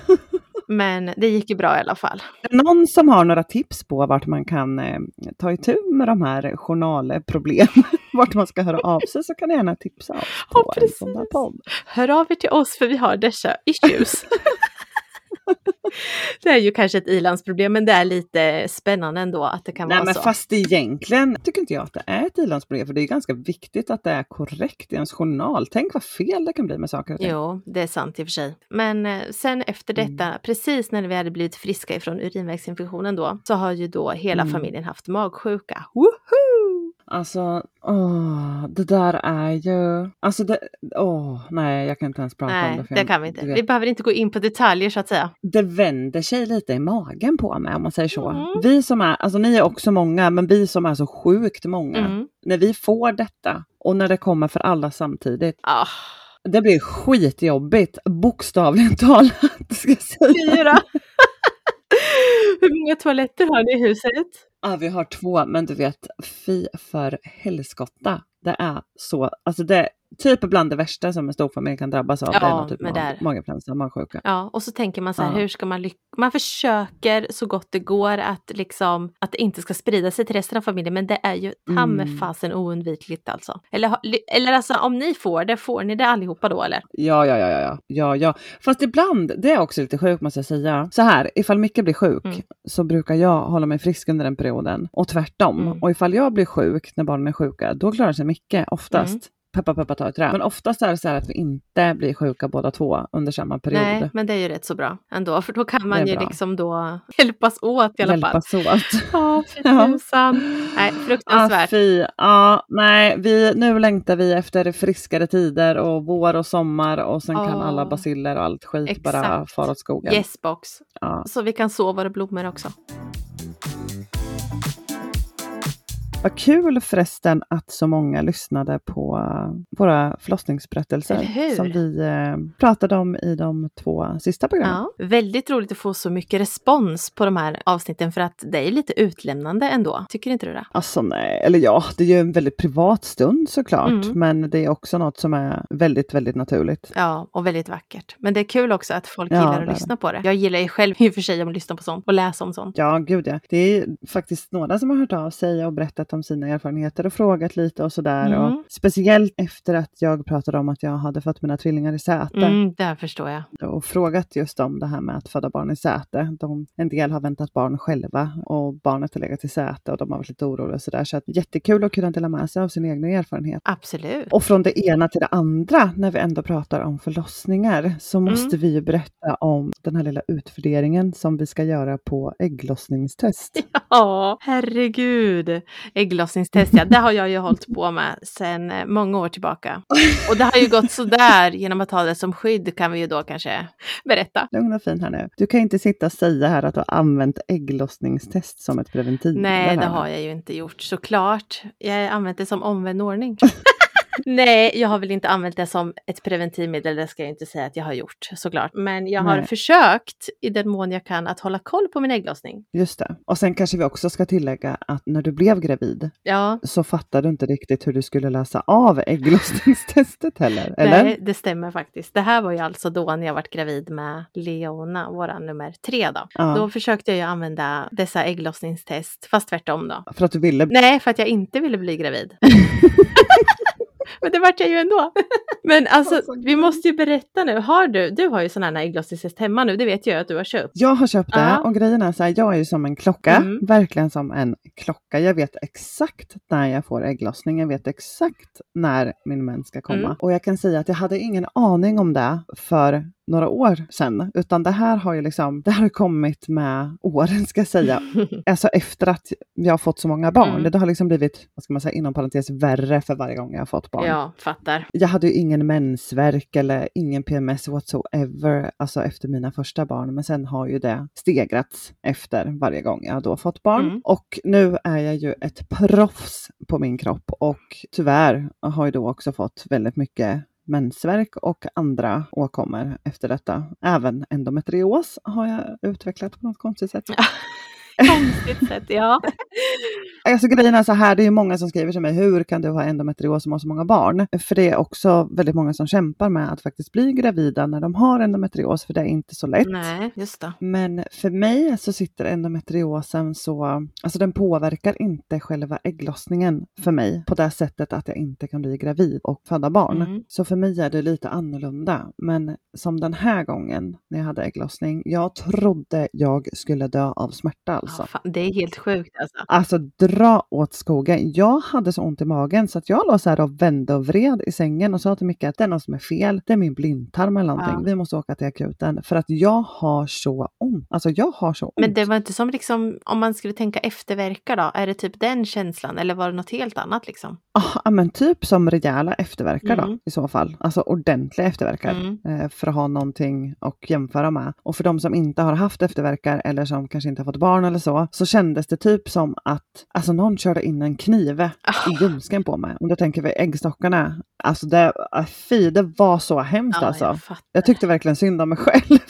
Men det gick ju bra i alla fall. Är det någon som har några tips på vart man kan eh, ta itu med de här journalproblemen, vart man ska höra av sig, så kan ni gärna tipsa oss på Ja, en precis. sån där podd. Hör av er till oss för vi har dessa issues. Det är ju kanske ett ilandsproblem, men det är lite spännande ändå att det kan Nej, vara men så. fast egentligen tycker inte jag att det är ett ilandsproblem, för det är ganska viktigt att det är korrekt i ens journal. Tänk vad fel det kan bli med saker och ting. Jo, det är sant i och för sig. Men eh, sen efter detta, Mm. precis när vi hade blivit friska ifrån urinvägsinfektionen då, så har ju då hela Mm. familjen haft magsjuka. Woohoo! Alltså, åh, det där är ju... Alltså, det, åh, nej, jag kan inte ens prata om Nej, det. för det jag- kan vi inte. du vet, Vi behöver inte gå in på detaljer så att säga. det vänder sig lite i magen på mig, om man säger så. Mm. Vi som är, alltså ni är också många, men vi som är så sjukt många. Mm. När vi får detta och när det kommer för alla samtidigt, Ah, det blir skitjobbigt, bokstavligen talat, ska jag säga. fyra! Hur många toaletter har ni i huset? Ja, vi har två, men du vet, fy för helskotta. Det är så, alltså det är typ bland det värsta som en stor familj kan drabbas av. Ja, det är någon typ men mag, där. maginfluensa, magsjuka. Ja, och så tänker man så här, Ja. hur ska man lyckas? Man försöker så gott det går att liksom, att det inte ska sprida sig till resten av familjen, men det är ju ta med Mm. fasen oundvikligt alltså. Eller, ha- ly- eller alltså, om ni får det, får ni det allihopa då eller? Ja, ja, ja, ja, ja, ja, ja. Fast ibland, det är också lite sjukt måste jag säga. Så här, ifall Micke blir sjuk Mm. så brukar jag hålla mig frisk under den perioden. Och tvärtom. Mm. Och ifall jag blir sjuk när barnen är sjuka, då klarar sig Micke oftast. Mm. Peppa, peppa, ta ett trä. Men oftast är det så här att vi inte blir sjuka båda två under samma period. Nej, men det är ju rätt så bra ändå, för då kan man Det är ju bra. liksom då hjälpas åt i alla fall. Hjälpas åt. Ja, fy Ja. tusan. Nej, Ah, fruktansvärt. fy. Ja, nej, vi, nu längtar vi efter friskare tider och vår och sommar och sen kan Ja. alla basiller och allt skit bara Exakt. fara åt skogen. Yes box. Ja. Så vi kan så våra blommor också. Vad kul förresten att så många lyssnade på våra förlossningsberättelser Eller hur? som vi eh, pratade om i de två sista programmen. Ja, väldigt roligt att få så mycket respons på de här avsnitten, för att det är lite utlämnande ändå. Tycker inte du det? Alltså nej, eller ja, det är ju en väldigt privat stund såklart, Mm. men det är också något som är väldigt, väldigt naturligt. Ja, och väldigt vackert. Men det är kul också att folk Ja, gillar det är att det. lyssna på det. Jag gillar ju själv i och för sig att lyssna på sånt och läsa om sånt. Ja, gud ja. Det är faktiskt några som har hört av sig och berättat om sina erfarenheter och frågat lite och sådär. Mm. Och speciellt efter att jag pratade om att jag hade fått mina tvillingar i säte. Mm, där förstår jag. Och frågat just om det här med att föda barn i säte. De, en del har väntat barn själva och barnet har legat i säte och de har varit lite oroliga och sådär. Så att jättekul att kunna dela med sig av sin egen erfarenhet. Absolut. Och från det ena till det andra, när vi ändå pratar om förlossningar, så måste Mm. vi ju berätta om den här lilla utvärderingen som vi ska göra på ägglossningstest. Ja, herregud. Ägglossningstest, ja, det har jag ju hållit på med sedan eh, många år tillbaka. Och det har ju gått sådär genom att ha det som skydd, kan vi ju då kanske berätta. Lugn och fin här nu. Du kan inte sitta och säga här att du har använt ägglossningstest som ett preventiv. Nej, det här. har jag ju inte gjort, såklart. Jag har använt det som omvänd ordning. Nej, jag har väl inte använt det som ett preventivmedel, det ska jag inte säga att jag har gjort, såklart. Men jag har Nej. försökt, i den mån jag kan, att hålla koll på min ägglossning. Just det. Och sen kanske vi också ska tillägga att när du blev gravid Ja, så fattade du inte riktigt hur du skulle läsa av ägglossningstestet heller, eller? nej, det stämmer faktiskt. Det här var ju alltså då när jag varit gravid med Leona, våra nummer tre då. Ja. Då försökte jag ju använda dessa ägglossningstest, fast tvärtom då. För att du ville... Nej, för att jag inte ville bli gravid. Men det vart jag ju ändå. Men alltså, vi måste ju berätta nu. Har du, du har ju sådana här ägglossningstest hemma nu, det vet jag att du har köpt. Jag har köpt det Ja. och grejen är så här, jag är ju som en klocka, Mm. verkligen som en klocka. Jag vet exakt när jag får ägglossning, jag vet exakt när min mens ska komma. Mm. Och jag kan säga att jag hade ingen aning om det för några år sedan, utan det här har ju liksom, det här har kommit med åren ska jag säga. Alltså efter att jag har fått så många barn. Mm. Det har liksom blivit, vad ska man säga, inom parentes värre för varje gång jag har fått barn. Ja, fattar. Jag hade ju ingen mensvärk eller ingen P M S whatsoever, alltså efter mina första barn. Men sen har ju det stegrats efter varje gång jag har då fått barn. Mm. Och nu är jag ju ett proffs på min kropp och tyvärr har jag då också fått väldigt mycket mensvärk och andra åkommor efter detta. Även endometrios har jag utvecklat på något konstigt sätt. Konstigt sätt, ja. alltså grejen är så här, det är ju många som skriver till mig, hur kan du ha endometrios och ha så många barn? För det är också väldigt många som kämpar med att faktiskt bli gravida när de har endometrios, för det är inte så lätt. Nej, just det. Men för mig så sitter endometriosen så, alltså den påverkar inte själva ägglossningen för mig på det sättet att jag inte kan bli gravid och föda barn. Mm. Så för mig är det lite annorlunda. Men som den här gången när jag hade ägglossning, jag trodde jag skulle dö av smärta alltså. Ja, fan, det är helt sjukt alltså. Alltså dra åt skogen. Jag hade så ont i magen så att jag låg så här och vände och vred i sängen och sa till Micke att det är något som är fel. Det är min blindtarm eller någonting. Ja. Vi måste åka till akuten för att jag har så ont. Alltså jag har så ont. Men det var inte som liksom, om man skulle tänka efterverkar då, är det typ den känslan eller var det något helt annat liksom? Ja, men typ som rejäla efterverkar Mm. då i så fall. Alltså ordentliga efterverkar Mm. eh, för att ha någonting att jämföra med. Och för de som inte har haft efterverkar eller som kanske inte har fått barn eller så, så kändes det typ som att alltså någon körde in en kniv Ah. i ljumsken på mig. Om du tänker vi äggstockarna. Alltså det, fy, det var så hemskt Ja, alltså. jag Jag, fattar. tyckte verkligen synd om mig själv.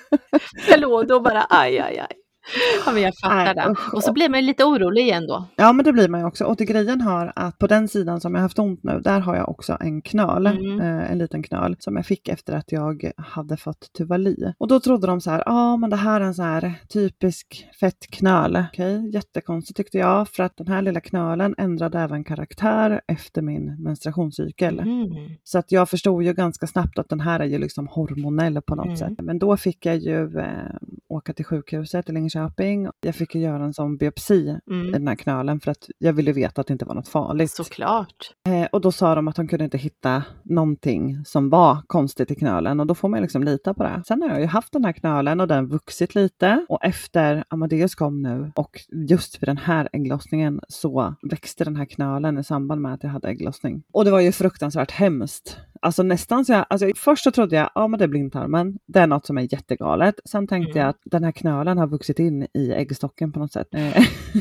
Jag låg då bara aj, aj, aj. Ja, men jag fattar Nej, det. usch. Och så blir man ju lite orolig igen då. Ja, men det blir man ju också. Och till grejen har att på den sidan som jag haft ont nu, där har jag också en knöl. Mm. Eh, en liten knöl som jag fick efter att jag hade fått Tuvali. Och då trodde de så här, ja ah, men det här är en så här typisk fettknöl. Okej, okay, jättekonstigt tyckte jag. För att den här lilla knölen ändrade även karaktär efter min menstruationscykel. Mm. Så att jag förstod ju ganska snabbt att den här är ju liksom hormonell på något Mm. sätt. Men då fick jag ju eh, åka till sjukhuset i Linköping. Jag fick ju göra en sån biopsi Mm. i den här knölen för att jag ville veta att det inte var något farligt. Såklart. Eh, och då sa de att de kunde inte hitta någonting som var konstigt i knölen och då får man liksom lita på det. Sen har jag ju haft den här knölen och den vuxit lite och efter Amadeus kom nu och just vid den här ägglossningen så växte den här knölen i samband med att jag hade ägglossning. Och det var ju fruktansvärt hemskt. Alltså nästan så jag, alltså först så trodde jag, ja men det är blindtarmen, det är något som är jättegalet. Sen tänkte Mm. jag att den här knölen har vuxit in i äggstocken på något sätt. Eh,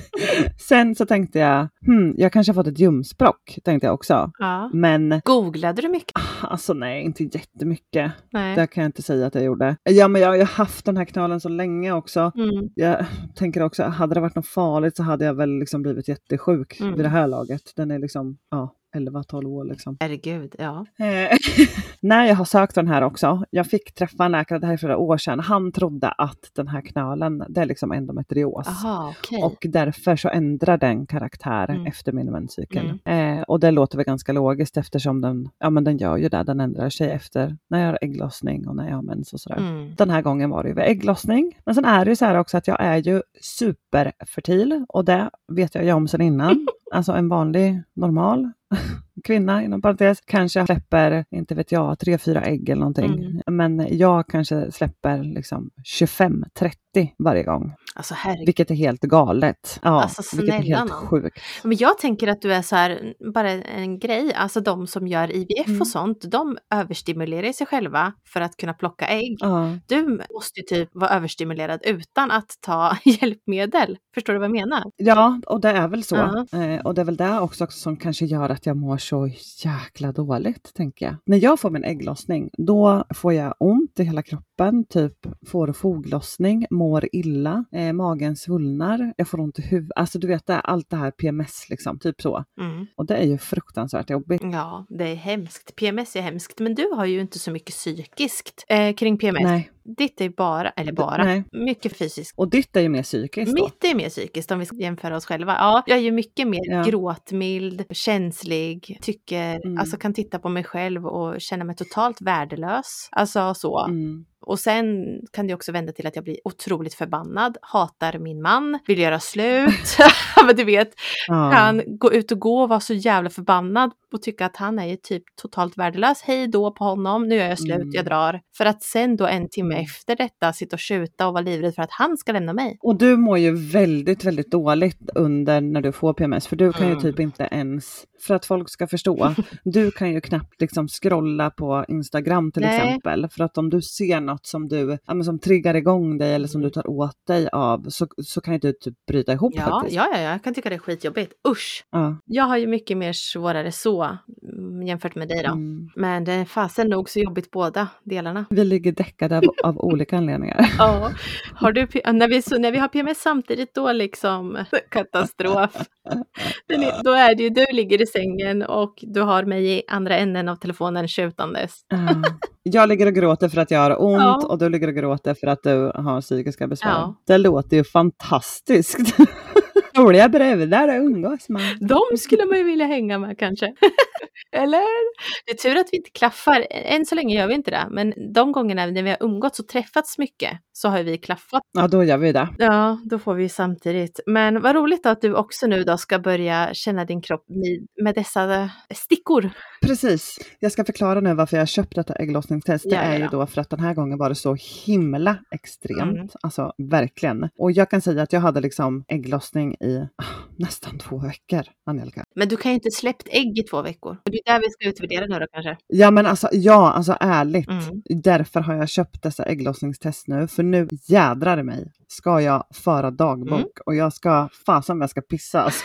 Sen så tänkte jag, hmm, jag kanske har fått ett ljumsbråck, tänkte jag också. Ja. Men Googlade du mycket? alltså nej, inte jättemycket. Nej. Det kan jag inte säga att jag gjorde. Ja, men jag har ju haft den här knölen så länge också. Mm. Jag tänker också, hade det varit något farligt så hade jag väl liksom blivit jättesjuk Mm. vid det här laget. Den är liksom, ja, elva tolv år liksom. Herregud, ja. Eh, när jag har sökt den här också, jag fick träffa en läkare, det här är flera år sedan, han trodde att den här knölen, det är liksom endometrios. Aha, okej. Och därför så ändrar den karaktär Mm. efter min menscykel. Mm. Eh, och det låter väl ganska logiskt eftersom den, ja men den gör ju det, den ändrar sig efter när jag har ägglossning och när jag har mens och sådär. Mm. Den här gången var det ju vid ägglossning. Men sen är det ju så här också att jag är ju superfertil och det vet jag ju om sedan innan. Alltså en vanlig, normal kvinna inom parentes kanske släpper, inte vet jag, tre, fyra ägg eller någonting. Mm. Men jag kanske släpper liksom tjugofem trettio varje gång. Alltså herregud. Vilket är helt galet. Ja, Alltså, vilket är snälla helt nån. sjukt. Men jag tänker att du är så här, bara en grej, alltså de som gör I V F Mm. och sånt, de överstimulerar sig själva för att kunna plocka ägg. Ja. Du måste ju typ vara överstimulerad utan att ta hjälpmedel. Förstår du vad jag menar? Ja, och det är väl så. Ja. Eh, och det är väl det också som kanske gör att jag mår så jäkla dåligt, tänker jag. När jag får min ägglossning, då får jag ont i hela kroppen, typ får foglossning, mår illa, eh, magen svullnar, jag får ont i huvudet. Alltså du vet, det, allt det här P M S liksom, typ så. Mm. Och det är ju fruktansvärt jobbigt. Ja, det är hemskt. P M S är hemskt, men du har ju inte så mycket psykiskt eh, kring P M S. Nej. Ditt är bara, eller bara, Nej. mycket fysiskt. Och ditt är ju mer psykiskt då. Mitt är mer psykiskt om vi ska jämföra oss själva. Ja, jag är ju mycket mer Ja. gråtmild, känslig, tycker, Mm. alltså kan titta på mig själv och känna mig totalt värdelös. Alltså så. Mm. Och sen kan det också vända till att jag blir otroligt förbannad, hatar min man, vill göra slut. Men du vet, Ja. kan gå ut och gå och vara så jävla förbannad och tycka att han är ju typ totalt värdelös. Hej då på honom, nu är jag slut, Mm. jag drar. För att sen då en timme Mm. efter detta sitta och tjuta och vara livrädd för att han ska lämna mig. Och du mår ju väldigt, väldigt dåligt under när du får P M S. För du kan Mm. ju typ inte ens, för att folk ska förstå, du kan ju knappt liksom scrolla på Instagram till Nej. exempel. För att om du ser något som du, ja, men som triggar igång dig eller som du tar åt dig av, så, så kan ju du typ bryta ihop Ja, faktiskt. ja, ja, jag kan tycka det är skitjobbigt. Usch! Ja. Jag har ju mycket mer svårare så. jämfört med dig då. Mm. Men det är fasen nog så jobbigt båda delarna. Vi ligger däckade av, av olika anledningar. Ja, har du, när, vi, så när vi har P M S samtidigt då liksom katastrof. Är, då är det ju du ligger i sängen och du har mig i andra änden av telefonen tjutandes. Uh, jag ligger och gråter för att jag har ont Ja. och du ligger och gråter för att du har psykiska besvär. Ja. Det låter ju fantastiskt. Roliga brudar att umgås med. De skulle man ju vilja hänga med kanske. Eller? Det är tur att vi inte klaffar. Än så länge gör vi inte det. Men de gångerna när vi har umgåtts och träffats mycket så har vi klaffat. Ja, då gör vi det. Ja, då får vi samtidigt. Men vad roligt att du också nu då ska börja känna din kropp med, med dessa stickor. Precis. Jag ska förklara nu varför jag har köpt detta ägglossningstest. Det Ja, är ja. ju då för att den här gången var det så himla extremt. Mm. Alltså verkligen. Och jag kan säga att jag hade liksom ägglossning i ah, nästan två veckor, Angelica. Men du kan ju inte släppt ägg i två veckor. Det är där vi ska utvärdera nu då kanske. Ja men alltså, ja, alltså ärligt. Mm. Därför har jag köpt dessa ägglossningstest nu. För nu jädrar det mig ska jag föra dagbok. Mm. Och jag ska, fasen vad jag ska pissa alltså.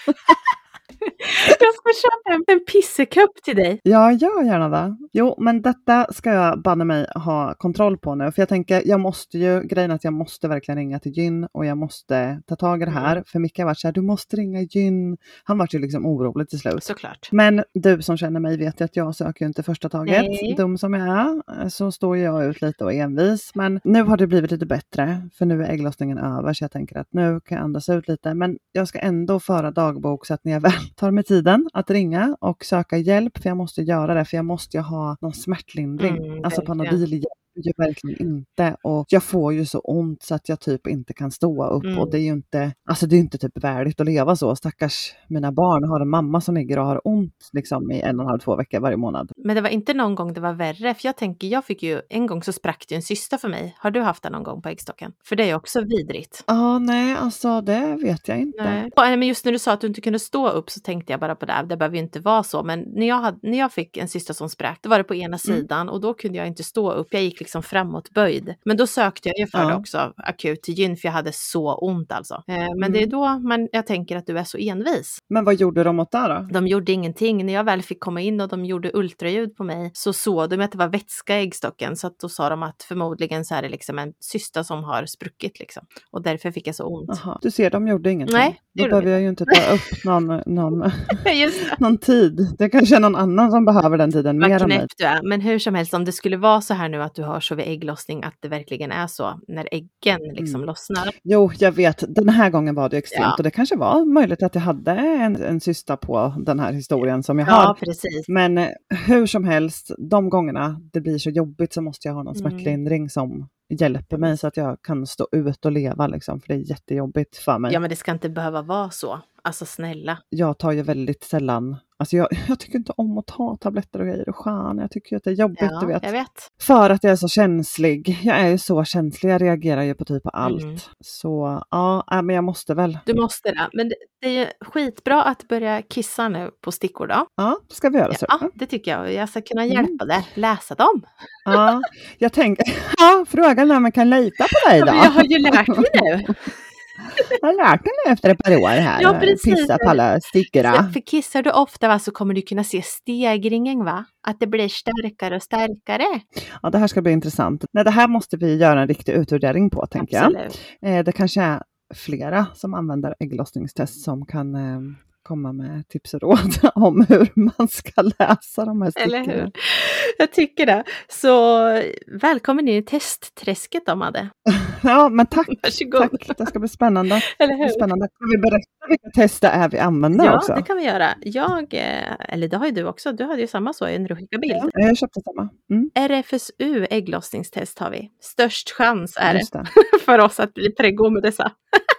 Jag ska köpa hem en pissekopp till dig. Ja, gör gärna det. Jo, men detta ska jag banne mig ha kontroll på nu. För jag tänker, jag måste ju, grejen är att jag måste verkligen ringa till gyn och jag måste ta tag i det här. För Micke har varit så här, du måste ringa gyn. Han var ju liksom orolig till slut. Såklart. Men du som känner mig vet ju att jag söker ju inte första taget. Nej. Dum som jag är, så står jag ut lite och envis. Men nu har det blivit lite bättre. För nu är ägglossningen över så jag tänker att nu kan jag andas ut lite. Men jag ska ändå föra dagbok så att när jag väl tar mig tiden att ringa och söka hjälp, för jag måste göra det, för jag måste ju ha någon smärtlindring. Mm, alltså verkligen. Panodil hjälper ju verkligen inte och jag får ju så ont så att jag typ inte kan stå upp Mm. och det är ju inte, alltså det är ju inte typ värdigt att leva så. Stackars mina barn har en mamma som ligger och har ont liksom i en och en halv, två veckor varje månad. Men det var inte någon gång det var värre. För jag tänker, jag fick ju, en gång så sprack det ju en cysta för mig. Har du haft det någon gång på äggstocken? För det är också vidrigt. Ja, ah, nej, alltså det vet jag inte. Nej. Ja, men just när du sa att du inte kunde stå upp så tänkte jag bara på det här. Det behöver ju inte vara så. Men när jag, hade, när jag fick en cysta som sprack, då var det på ena sidan och då kunde jag inte stå upp. Jag gick liksom framåt böjd. Men då sökte jag ju för Ja. det också akut till gyn för jag hade så ont alltså. Eh, men Mm. det är då man, jag tänker att du är så envis. Men vad gjorde de åt det då? De gjorde ingenting. När jag väl fick komma in och de gjorde ultraljud på mig så såg de att det var vätska i äggstocken. Så att då sa de att förmodligen så är det liksom en cysta som har spruckit liksom. Och därför fick jag så ont. Aha. Du ser, de gjorde ingenting. Nej, det Då gjorde behöver jag ju inte ta upp någon, någon, Just det. någon tid. Det kanske är någon annan som behöver den tiden mer Vad än mig. knäpp du är. Men hur som helst, om det skulle vara så här nu att du har så vid ägglossning att det verkligen är så när äggen liksom Mm. lossnar. Jo, jag vet. Den här gången var det extremt. Ja. Och det kanske var möjligt att jag hade en, en syster på den här historien som jag Ja, har. precis. Men eh, hur som helst, de gångerna det blir så jobbigt så måste jag ha någon Mm. smärtlindring som hjälper mig så att jag kan stå ut och leva liksom. För det är jättejobbigt för mig. Ja, men det ska inte behöva vara så. Alltså snälla. Jag tar ju väldigt sällan, alltså jag, jag tycker inte om att ta tabletter och grejer och skärn. Jag tycker att det är jobbigt, Ja, du vet. jag vet. För att jag är så känslig. Jag är ju så känslig, jag reagerar ju på typ allt. Mm. Så ja, äh, men jag måste väl. Du måste det. Men det, det är skitbra att börja kissa nu på stickor då. Ja, ska vi göra så? Ja, det tycker jag. Jag ska kunna Mm. hjälpa dig läsa dem. Ja, jag tänker, ja, frågan är om man kan lita på dig då. Men jag har ju lärt mig nu. Jag har lärt mig nu efter ett par år här. Ja, precis. Pissa på alla stickorna. Så, för kissar du ofta va, så kommer du kunna se stegringen va? Att det blir starkare och starkare. Ja, det här ska bli intressant. Nej, det här måste vi göra en riktig utvärdering på, tänker Absolut. jag. Eh, det kanske är flera som använder ägglossningstest som kan eh, komma med tips och råd om hur man ska läsa de här Eller stickorna. hur? Jag tycker det. Så välkommen in i testträsket då, Madde. Ja, men tack. Varsågod. Tack. Det ska bli spännande. Eller Det är hur? spännande. Kan vi berätta vilka test det är vi använder Ja, också? det kan vi göra. Jag, eh, eller det har ju du också. Du hade ju samma så i när du skickade bild. Ja, jag köpte samma. Mm, R F S U ägglossningstest har vi. Störst chans är det just det. för oss att bli preggo med dessa.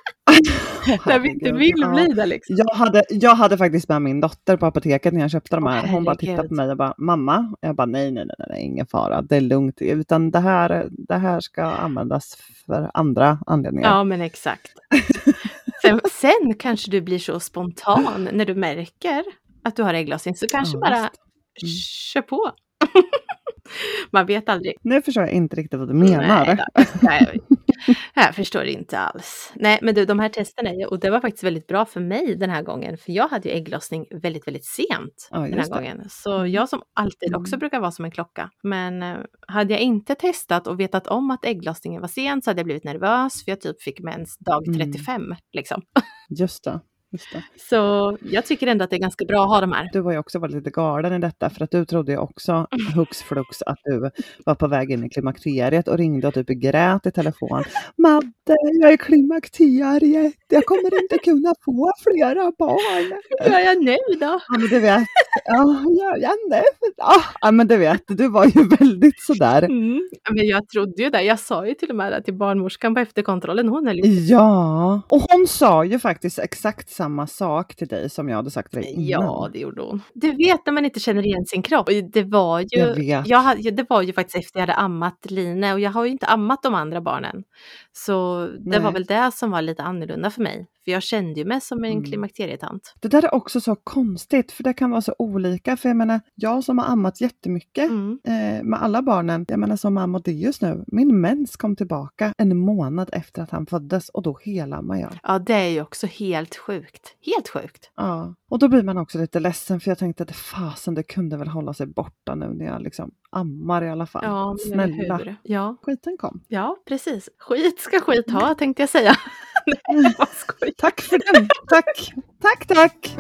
Åh, När vi inte herregud. vill Ja. bli det liksom. Jag hade, jag hade faktiskt med min dotter på apoteket när jag köpte de Åh, här. Hon bara herregud. tittade på mig och bara, mamma. Jag bara, nej, nej, nej, nej, ingen fara. Det är lugnt. Utan det här, det här ska användas för andra anledningar. Ja, men exakt. Sen, sen kanske du blir så spontan när du märker att du har ägglossning. Så kanske Ja, bara Mm. kör på. Man vet aldrig. Nu förstår jag inte riktigt vad du menar. Nej, då. Nej, Jag förstår inte alls. Nej, men du, de här testerna, och det var faktiskt väldigt bra för mig den här gången. För jag hade ju ägglossning väldigt, väldigt sent Ja, den här just det. gången. Så jag som alltid också Mm. brukar vara som en klocka. Men eh, hade jag inte testat och vetat om att ägglossningen var sen så hade jag blivit nervös. För jag typ fick mens dag Mm. trettiofem liksom. Just det. Just det. Så jag tycker ändå att det är ganska bra att ha de här. Du var ju också varit lite galen i detta, för att du trodde ju också hux flux att du var på väg in i klimakteriet och ringde och typ grät i telefon. Madde, jag är klimakteriet, jag kommer inte kunna få flera barn. Gör jag nu då? Ja, men du vet, ja, gör jag nu då? Ja, men du vet, du var ju väldigt sådär. Mm. Men jag trodde ju det. Jag sa ju till och med det till barnmorskan på efterkontrollen. Hon är lite... Ja, och hon sa ju faktiskt exakt samma sak till dig som jag hade sagt till dig innan. Ja, det gjorde hon. Du vet när man inte känner igen sin kropp. Det var ju, Jag vet. jag hade, det var ju faktiskt efter jag hade ammat Line och jag har ju inte ammat de andra barnen. Så det Nej. var väl det som var lite annorlunda för mig. För jag kände ju mig som en Mm. klimakterietant. Det där är också så konstigt, för det kan vara så olika. För jag menar, jag som har ammat jättemycket Mm. eh, med alla barnen, jag menar som Amadeus nu, min mens kom tillbaka en månad efter att han föddes och då helammar jag. Ja, det är ju också helt sjukt. Helt sjukt. Ja, och då blir man också lite ledsen, för jag tänkte att fasen, det kunde väl hålla sig borta nu när jag liksom ammar i alla fall. Ja, men eller Snälla, hur? Ja, skiten kom. ja, precis. Skit ska skit ha, tänkte jag säga. Nej, vad skoj. Tack för den, tack, tack, tack.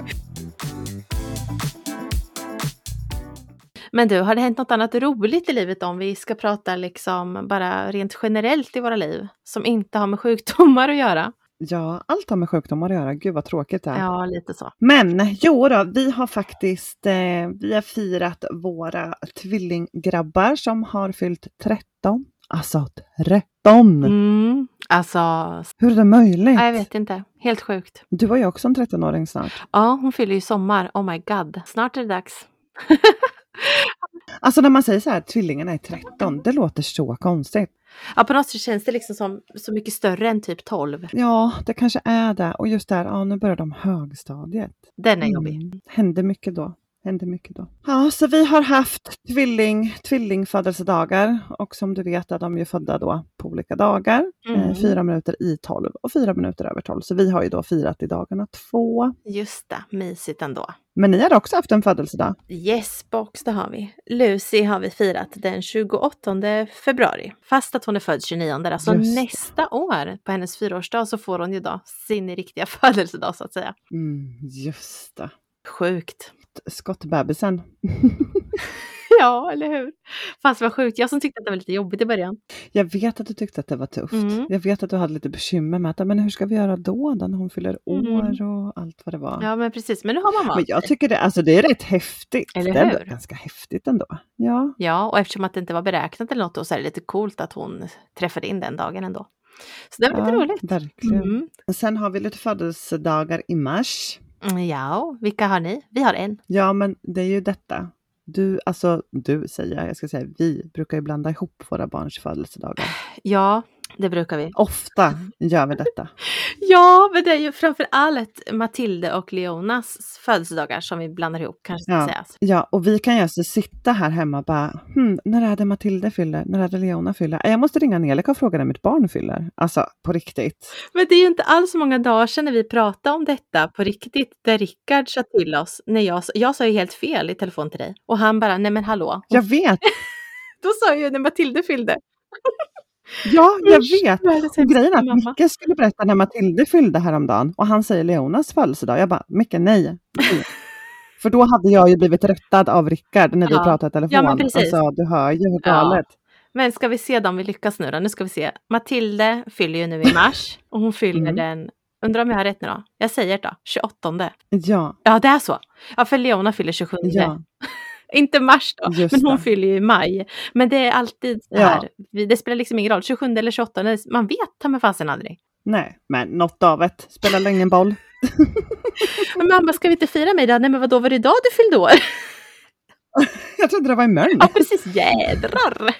Men du, har det hänt något annat roligt i livet om vi ska prata liksom bara rent generellt i våra liv som inte har med sjukdomar att göra? Ja, allt har med sjukdomar att göra. Gud vad tråkigt det är. Ja, lite så. Men jo då, vi har faktiskt eh, vi har firat våra tvillinggrabbar som har fyllt tretton. Alltså tretton! Mm, alltså, Hur är det möjligt? nej, jag vet inte. Helt sjukt. Du var ju också en trettonåring snart. Ja, hon fyller ju sommar. Oh my god. Snart är det dags. Alltså när man säger så här, tvillingarna är tretton, det låter så konstigt. Ja, på något sätt känns det liksom som så mycket större än typ tolv. Ja, det kanske är det. Och just där, ja nu börjar de högstadiet. Den är jobbig. Mm. Hände mycket då. Hände mycket då. Ja, så vi har haft tvilling, tvillingfödelsedagar. Och som du vet är de ju födda då på olika dagar. Mm. Eh, fyra minuter i tolv och fyra minuter över tolv. Så vi har ju då firat i dagarna två. Just det, mysigt ändå. Men ni har också haft en födelsedag. Yes box, det har vi. Lucy har vi firat den tjugoåttonde februari. Fast att hon är född tjugonionde. Alltså Just det. nästa år på hennes fyraårsdag så får hon ju då sin riktiga födelsedag så att säga. Mm, just det. Sjukt. Skottbebisen. Ja, eller hur? Fast vad sjukt. Jag som tyckte att det var lite jobbigt i början. Jag vet att du tyckte att det var tufft. Mm. Jag vet att du hade lite bekymmer med att, men hur ska vi göra då, då när hon fyller Mm. år och allt vad det var. Ja, men precis. Men nu har man Men valt jag sig. tycker det, alltså det är rätt häftigt. Eller Det är ändå hur? ganska häftigt ändå. Ja. Ja, och eftersom att det inte var beräknat eller något då, så är det lite coolt att hon träffade in den dagen ändå. Så det var lite Ja, roligt. verkligen. Mm. Sen har vi lite födelsedagar i mars. Mm, ja, vilka har ni? Vi har en. Ja, men det är ju detta. Du, alltså du säger jag, jag ska säga vi brukar ju blanda ihop våra barns födelsedagar. Ja, det brukar vi. Ofta gör vi detta. Ja, men det är ju framför allt Matilde och Leonas födelsedagar som vi blandar ihop, kanske ska Ja. sägas. Ja, och vi kan ju alltså sitta här hemma och bara, hmm, när är det Matilde fyller? När är det Leona fyller? Jag måste ringa Angelica och fråga när mitt barn fyller. Alltså, på riktigt. Men det är ju inte alls så många dagar sedan när vi pratade om detta på riktigt, där Rickard sa till oss, när jag, jag sa ju helt fel i telefon till dig. Och han bara, nej men hallå. Jag vet. Då sa jag ju när Matilde fyllde. Ja, jag Usch, vet. vad är det Och sämsta grejen är med att mamma? Micke skulle berätta när Matilde fyllde häromdagen. Och han säger Leonas födelsedag. Jag bara, Micke nej. nej. För då hade jag ju blivit rättad av Rickard när vi Ja. pratade i telefon. Ja, men precis. Alltså, du hör ju hur Ja. galet. Men ska vi se om vi lyckas nu då? Nu ska vi se. Matilde fyller ju nu i mars. Och hon fyller Mm. den, undrar om jag har rätt nu då? Jag säger det då, tjugoåttonde. Ja, Ja, det är så. Ja, för Leona fyller tjugosjunde. ja. Inte mars då, Just men hon det. fyller ju i maj. Men det är alltid så Ja. här. Vi- Det spelar liksom ingen roll, tjugosjunde eller tjugoåttonde. Man vet ta med fasen aldrig. Nej, men något av ett. Spelar väl ingen boll. Men mamma, ska vi inte fira mig då? Nej, men vadå, var det idag du fyllde år? Jag trodde det var imorgon. Ja, precis. Jädrar.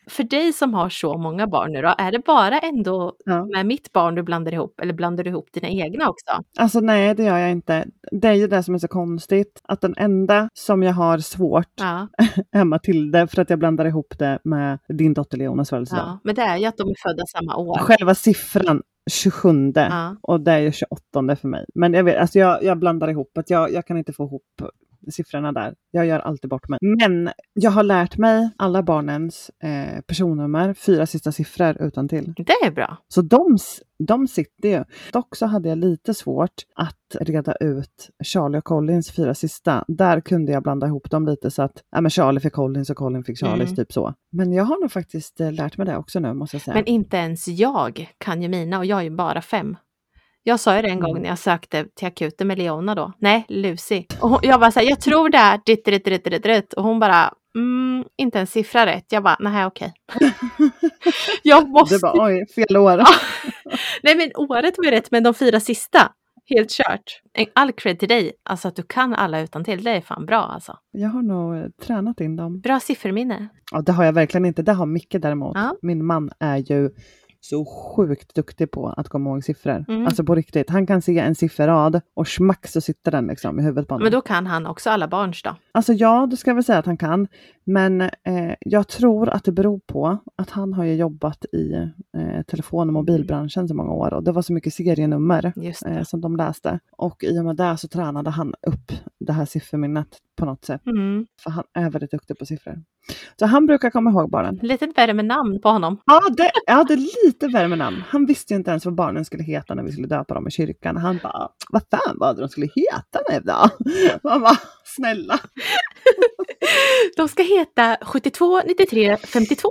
För dig som har så många barn nu då, är det bara ändå Ja. med mitt barn du blandar ihop, eller blandar du ihop dina egna också? Alltså nej, det gör jag inte. Det är ju det som är så konstigt, att den enda som jag har svårt Ja, är Matilda, för att jag blandar ihop det med din dotter Leonas födelsedag. ja. Men det är ju att de är födda samma år. Själva siffran tjugosjunde Ja. och det är ju tjugoåttonde för mig. Men jag vet, alltså jag, jag blandar ihop att jag, jag kan inte få ihop siffrorna där. Jag gör alltid bort mig. Men jag har lärt mig alla barnens eh, personnummer, fyra sista siffror utan till. Det är bra. Så de, de sitter ju. Dock så hade jag lite svårt att reda ut Charlie och Collins fyra sista. Där kunde jag blanda ihop dem lite så att ja, men Charlie fick Collins och Colin fick Charlies, Mm. typ så. Men jag har nog faktiskt eh, lärt mig det också nu, måste jag säga. Men inte ens jag kan ju mina och jag är ju bara fem. Jag sa ju det en gång när jag sökte till akuten med Leona då. Nej, Lucy. Och hon, jag bara så här, jag tror det är ditt, ditt, ditt, ditt, ditt. Och hon bara, mm, inte en siffra rätt. Jag bara, nej okej. Jag måste... Det var oj, fel år. Nej men året var ju rätt, men de fyra sista, helt kört. En- All cred till dig, alltså att du kan alla utan till. Det är fan bra alltså. Jag har nog eh, tränat in dem. Bra sifferminne. Ja, det har jag verkligen inte. Det har Micke däremot. Ja. Min man är ju så sjukt duktig på att komma ihåg siffror. Mm. Alltså på riktigt. Han kan se en sifferrad och smack så sitter den liksom i huvudet på honom. Men då kan han också alla barns då. Alltså ja, det ska jag väl säga att han kan. Men eh, jag tror att det beror på att han har ju jobbat i eh, telefon- och mobilbranschen så många år. Och det var så mycket serienummer Just det. eh, som de läste. Och i och med det så tränade han upp det här sifferminnet på något sätt. Mm. För han är väldigt duktig på siffror. Så han brukar komma ihåg barnen. Lite värre med namn på honom. Ja, det, ja, det är lite värme namn. Han visste ju inte ens vad barnen skulle heta när vi skulle döpa dem i kyrkan. Han bara, vad fan var det de skulle heta nu då? Man bara, snälla. De ska heta sjuttiotvå, nittiotre, femtiotvå.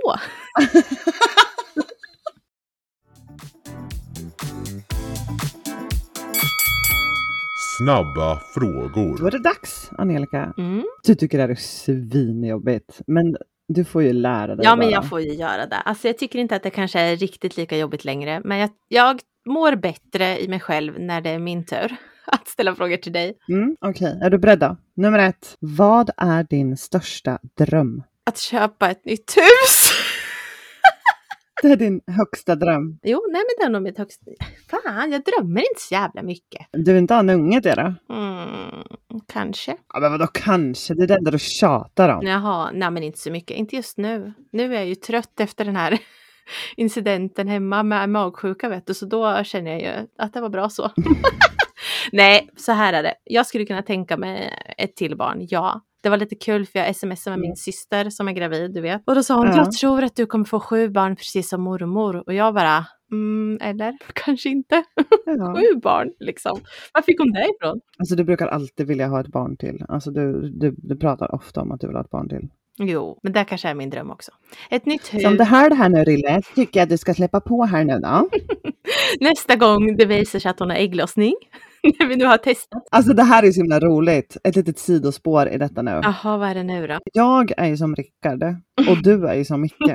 Snabba Då frågor. är det dags, Angelica. Mm. Du tycker det är svinjobbigt, men du får ju lära dig Ja, men bara. jag får ju göra det. Alltså jag tycker inte att det kanske är riktigt lika jobbigt längre. Men jag, jag mår bättre i mig själv när det är min tur att ställa frågor till dig. Mm, Okej, är du beredd då? Nummer ett. Vad är din största dröm? Att köpa ett nytt hus. Det är din högsta dröm. Jo, nej men det är nog mitt högsta... Fan, jag drömmer inte så jävla mycket. Du vill inte ha en unge till det? Mm, kanske. Ja, men vadå kanske? Det är det enda du tjatar om. Jaha, nej men inte så mycket. Inte just nu. Nu är jag ju trött efter den här incidenten hemma med magsjuka, vet du. Så då känner jag ju att det var bra så. Nej, så här är det. Jag skulle kunna tänka mig ett till barn, ja. Det var lite kul för jag smsade med min syster som är gravid, du vet. Och då sa hon, Ja. jag tror att du kommer få sju barn precis som mormor. Och jag bara, mm, eller kanske inte. Ja. Sju barn, liksom. Var fick hon det ifrån? Alltså du brukar alltid vilja ha ett barn till. Alltså du, du, du pratar ofta om att du vill ha ett barn till. Jo, men det kanske är min dröm också. Ett nytt hus. Som det här, det här nu Rille, tycker jag att du ska släppa på här nu då. Nästa gång det visar sig att hon har ägglossning. När vi nu har testat. Alltså det här är så himla roligt. Ett litet sidospår i detta nu. Jaha, vad är det nu då? Jag är ju som Rickard och du är ju som Micke.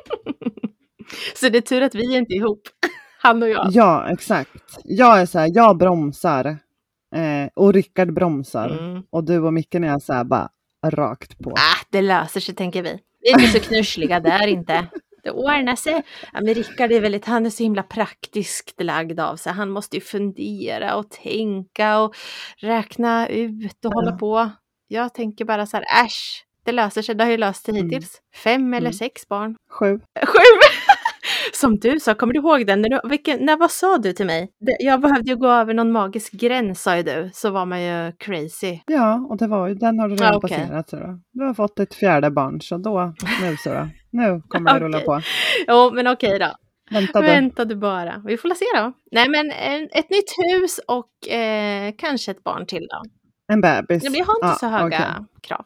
Så det är tur att vi är inte ihop. Han och jag. Ja, exakt. Jag är så här, jag bromsar. Eh, och Rickard bromsar. Mm. Och du och Micke är så här bara rakt på. Ah, det löser sig, tänker vi. Vi är inte så knussliga där inte. Det ordnar sig. Ja, men Rickard är väldigt, han är så himla praktiskt lagd av sig. Han måste ju fundera och tänka och räkna ut och Ja. hålla på. Jag tänker bara så här, äsch, det löser sig. Det har ju löst sig Mm. hittills. Fem eller Mm. sex barn. Sju. Sju! Som du sa, kommer du ihåg den? När, du, vilken, när vad sa du till mig? Det, jag behövde ju gå över någon magisk gräns, sa ju du. Så var man ju crazy. Ja, och det var ju, den har du redan Ja, okej. passerat. Så då. Du har fått ett fjärde barn, så då, nu så då. Nu kommer det rulla Okej. på. Jo, men okej då. Vänta du. Vänta du bara. Vi får la se då. Nej, men en, ett nytt hus och eh, kanske ett barn till då. En bebis. Ja, men jag har inte Ja, så höga okej. krav.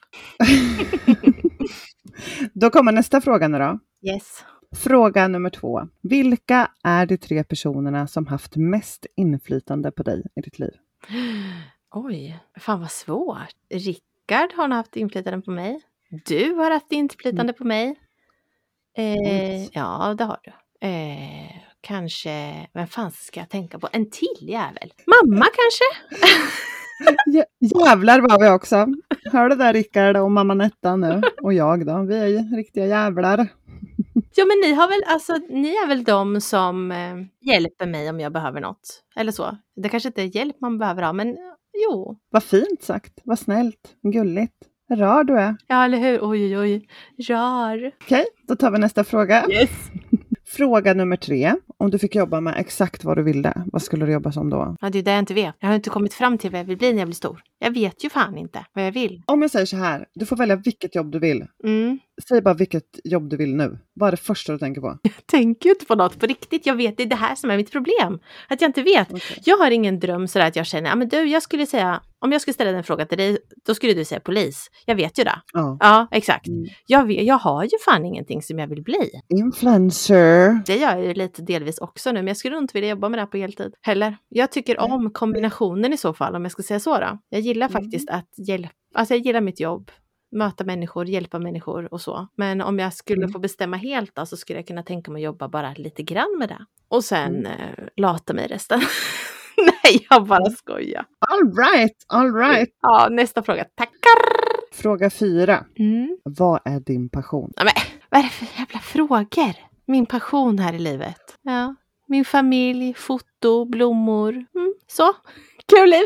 Då kommer nästa fråga nu då. Yes. Fråga nummer två. Vilka är de tre personerna som haft mest inflytande på dig i ditt liv? Oj, fan vad svårt. Rickard har nog haft inflytande på mig. Du har haft inflytande på mig. Eh, Mm. ja, det har du. Eh, kanske, vem fan ska jag tänka på? En till jävel. Mamma kanske? Jä- Jävlar var vi också. Hör du där Rickard och mamma Netta nu? Och jag då. Vi är ju riktiga jävlar. Ja, men ni har väl, alltså ni är väl de som eh, hjälper mig om jag behöver något. Eller så. Det kanske inte är hjälp man behöver ha, men jo. Vad fint sagt, vad snällt, gulligt. Rar du är. Ja, eller hur? Oj, oj, oj. Rar. Okej, då tar vi nästa fråga. Yes. Fråga nummer tre. Om du fick jobba med exakt vad du ville, vad skulle du jobba som då? Ja, det är det jag inte vet. Jag har inte kommit fram till vad jag vill bli när jag blir stor. Jag vet ju fan inte vad jag vill. Om jag säger så här, du får välja vilket jobb du vill. Mm. Säg bara vilket jobb du vill nu. Vad är det första du tänker på? Jag tänker ju inte på något på riktigt. Jag vet, det är det här som är mitt problem. Att jag inte vet. Okay. Jag har ingen dröm så att jag känner, ja men du, jag skulle säga, om jag skulle ställa den frågan till dig, då skulle du säga polis. Jag vet ju det. Ja, ja exakt. Mm. Jag, vet, jag har ju fan ingenting som jag vill bli. Influencer. Det gör jag ju lite delvis också nu, men jag skulle inte vilja jobba med det här på heltid heller. Jag tycker Nej. om kombinationen i så fall, om jag ska säga så då. Jag gillar Mm. faktiskt att hjälpa, alltså jag gillar mitt jobb. Möta människor, hjälpa människor och så. Men om jag skulle Mm. få bestämma helt då, så skulle jag kunna tänka mig att jobba bara lite grann med det. Och sen Mm. eh, lata mig resten. Nej, jag bara skojar. All right, all right. Ja, nästa fråga. Tackar! Fråga fyra. Mm. Vad är din passion? Ja, men, vad är det för jävla frågor? Min passion här i livet. Ja, min familj, foto, blommor. Mm, så, kul liv.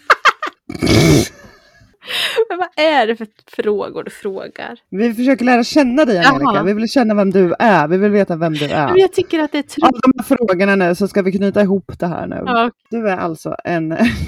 Men vad är det för frågor du frågar? Vi försöker lära känna dig, Angelica. Jaha. Vi vill känna vem du är. Vi vill veta vem du är. Men jag tycker att det är tråkigt. Av de här frågorna nu så ska vi knyta ihop det här nu. Ja. Du är alltså en...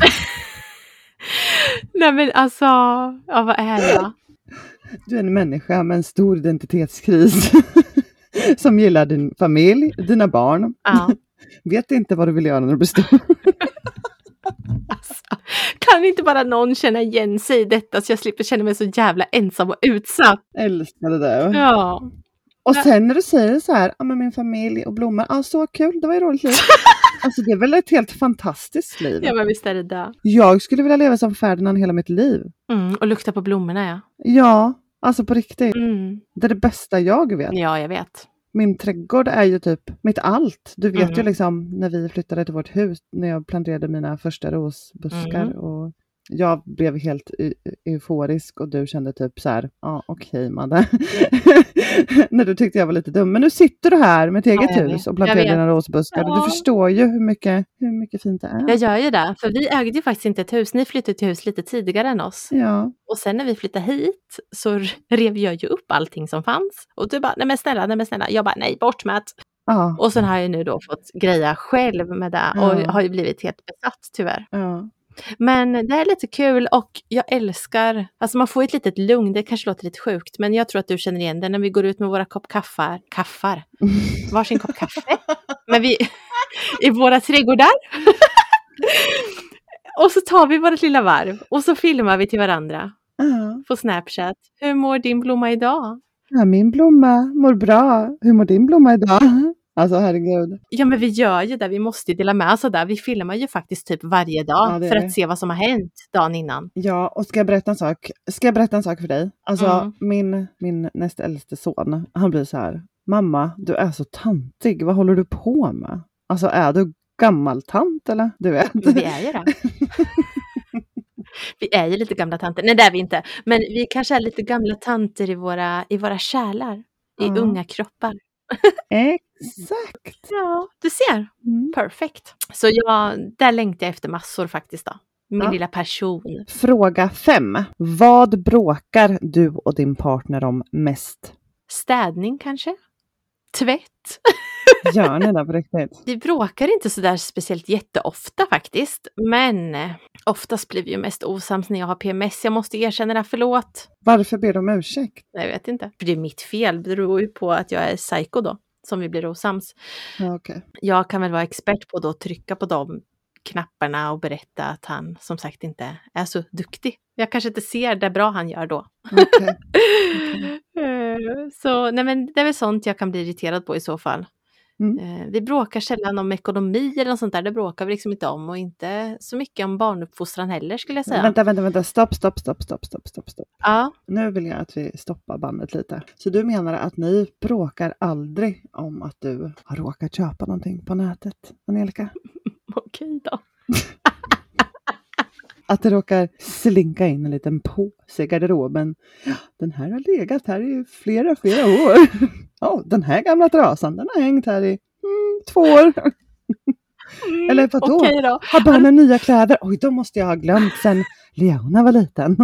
Nej men alltså, ja vad är jag? Du är en människa med en stor identitetskris. Som gillar din familj, dina barn. Ja. Vet inte vad du vill göra när du blir stor. Alltså, kan inte bara någon känna igen sig i detta så jag slipper känna mig så jävla ensam och utsatt? Älskade det. Ja. Och sen när du säger så här, ja men min familj och blommor, ja så kul, det var ju roligt liv. Alltså det är väl ett helt fantastiskt liv. Ja men visst är det där. Jag skulle vilja leva som Ferdinand hela mitt liv. Mm, och lukta på blommorna ja. Ja, alltså på riktigt. Mm. Det är det bästa jag vet. Ja jag vet. Min trädgård är ju typ mitt allt. Du vet Mm. ju liksom när vi flyttade till vårt hus, när jag planterade mina första rosbuskar Mm. och jag blev helt eu- euforisk och du kände typ så här, ja okej Madde. När du tyckte jag var lite dum. Men nu sitter du här med ett eget Ja, jag hus vet. och planterar Jag vet. dina rosbuskar. Ja. Och du förstår ju hur mycket, hur mycket fint det är. Jag gör ju det, för vi ägde ju faktiskt inte ett hus. Ni flyttade till hus lite tidigare än oss. Ja. Och sen när vi flyttade hit så rev jag ju upp allting som fanns. Och du bara, nej men snälla, nej men snälla. Jag bara, nej bort med. Ja. Och sen har jag nu då fått greja själv med det. Och Ja. har ju blivit helt besatt tyvärr. Ja. Men det är lite kul och jag älskar, alltså man får ett litet lugn, det kanske låter lite sjukt. Men jag tror att du känner igen det när vi går ut med våra kopp kaffar. Kaffar? Varsin kopp kaffe. Men vi, i våra trädgårdar. Och så tar vi vårt lilla varv. Och så filmar vi till varandra. Ja. På Snapchat. Hur mår din blomma idag? Ja, min blomma mår bra. Hur mår din blomma idag? Alltså herregud. Ja men vi gör ju det, vi måste ju dela med oss av det. Vi filmar ju faktiskt typ varje dag Ja, det är för det. att se vad som har hänt dagen innan. Ja, och ska jag berätta en sak? Ska jag berätta en sak för dig? Alltså, Mm. min, min näst äldste son, han blir så här. Mamma, du är så tantig. Vad håller du på med? Alltså, är du gammal tant eller? Du vet. Men vi är ju det. Vi är ju lite gamla tanter. Nej det är vi inte. Men vi kanske är lite gamla tanter i våra, i våra själar. I Ja. unga kroppar. Exakt. Ja, du ser. Mm. Perfekt. Så jag, där längtar jag efter massor faktiskt då. Min Ja. lilla person. Fråga fem. Vad bråkar du och din partner om mest? Städning kanske? Tvätt? Gör ni det på riktigt? Vi bråkar inte så där speciellt jätteofta faktiskt. Men eh, oftast blir vi ju mest osams när jag har P M S. Jag måste erkänna det, förlåt. Varför ber du om ursäkt? Jag vet inte. För det är mitt fel. Det beror ju på att jag är psycho då. Som vi blir osams. Ja, okej. Jag kan väl vara expert på då att trycka på de knapparna och berätta att han som sagt inte är så duktig. Jag kanske inte ser det bra han gör då. Okej. Eh, Så nej men det är väl sånt jag kan bli irriterad på i så fall. Mm. Eh, Vi bråkar sällan om ekonomi eller något sånt där. Det bråkar vi liksom inte om. Och inte så mycket om barnuppfostran heller skulle jag säga. Vänta, vänta, vänta. Stopp, stopp, stopp, stopp, stopp, stopp, stopp. Ja, Nu vill jag att vi stoppar bandet lite. Så du menar att ni bråkar aldrig om att du har råkat köpa någonting på nätet, Angelica? okej då. Att det råkar slinka in en liten påse i garderoben. Den här har legat här i flera, flera år. Ja, den här gamla trasan, den har hängt här i mm, två år. Mm, eller vadå? Okay då. Har barnen nya kläder? Oj, då måste jag ha glömt sen Leona var liten.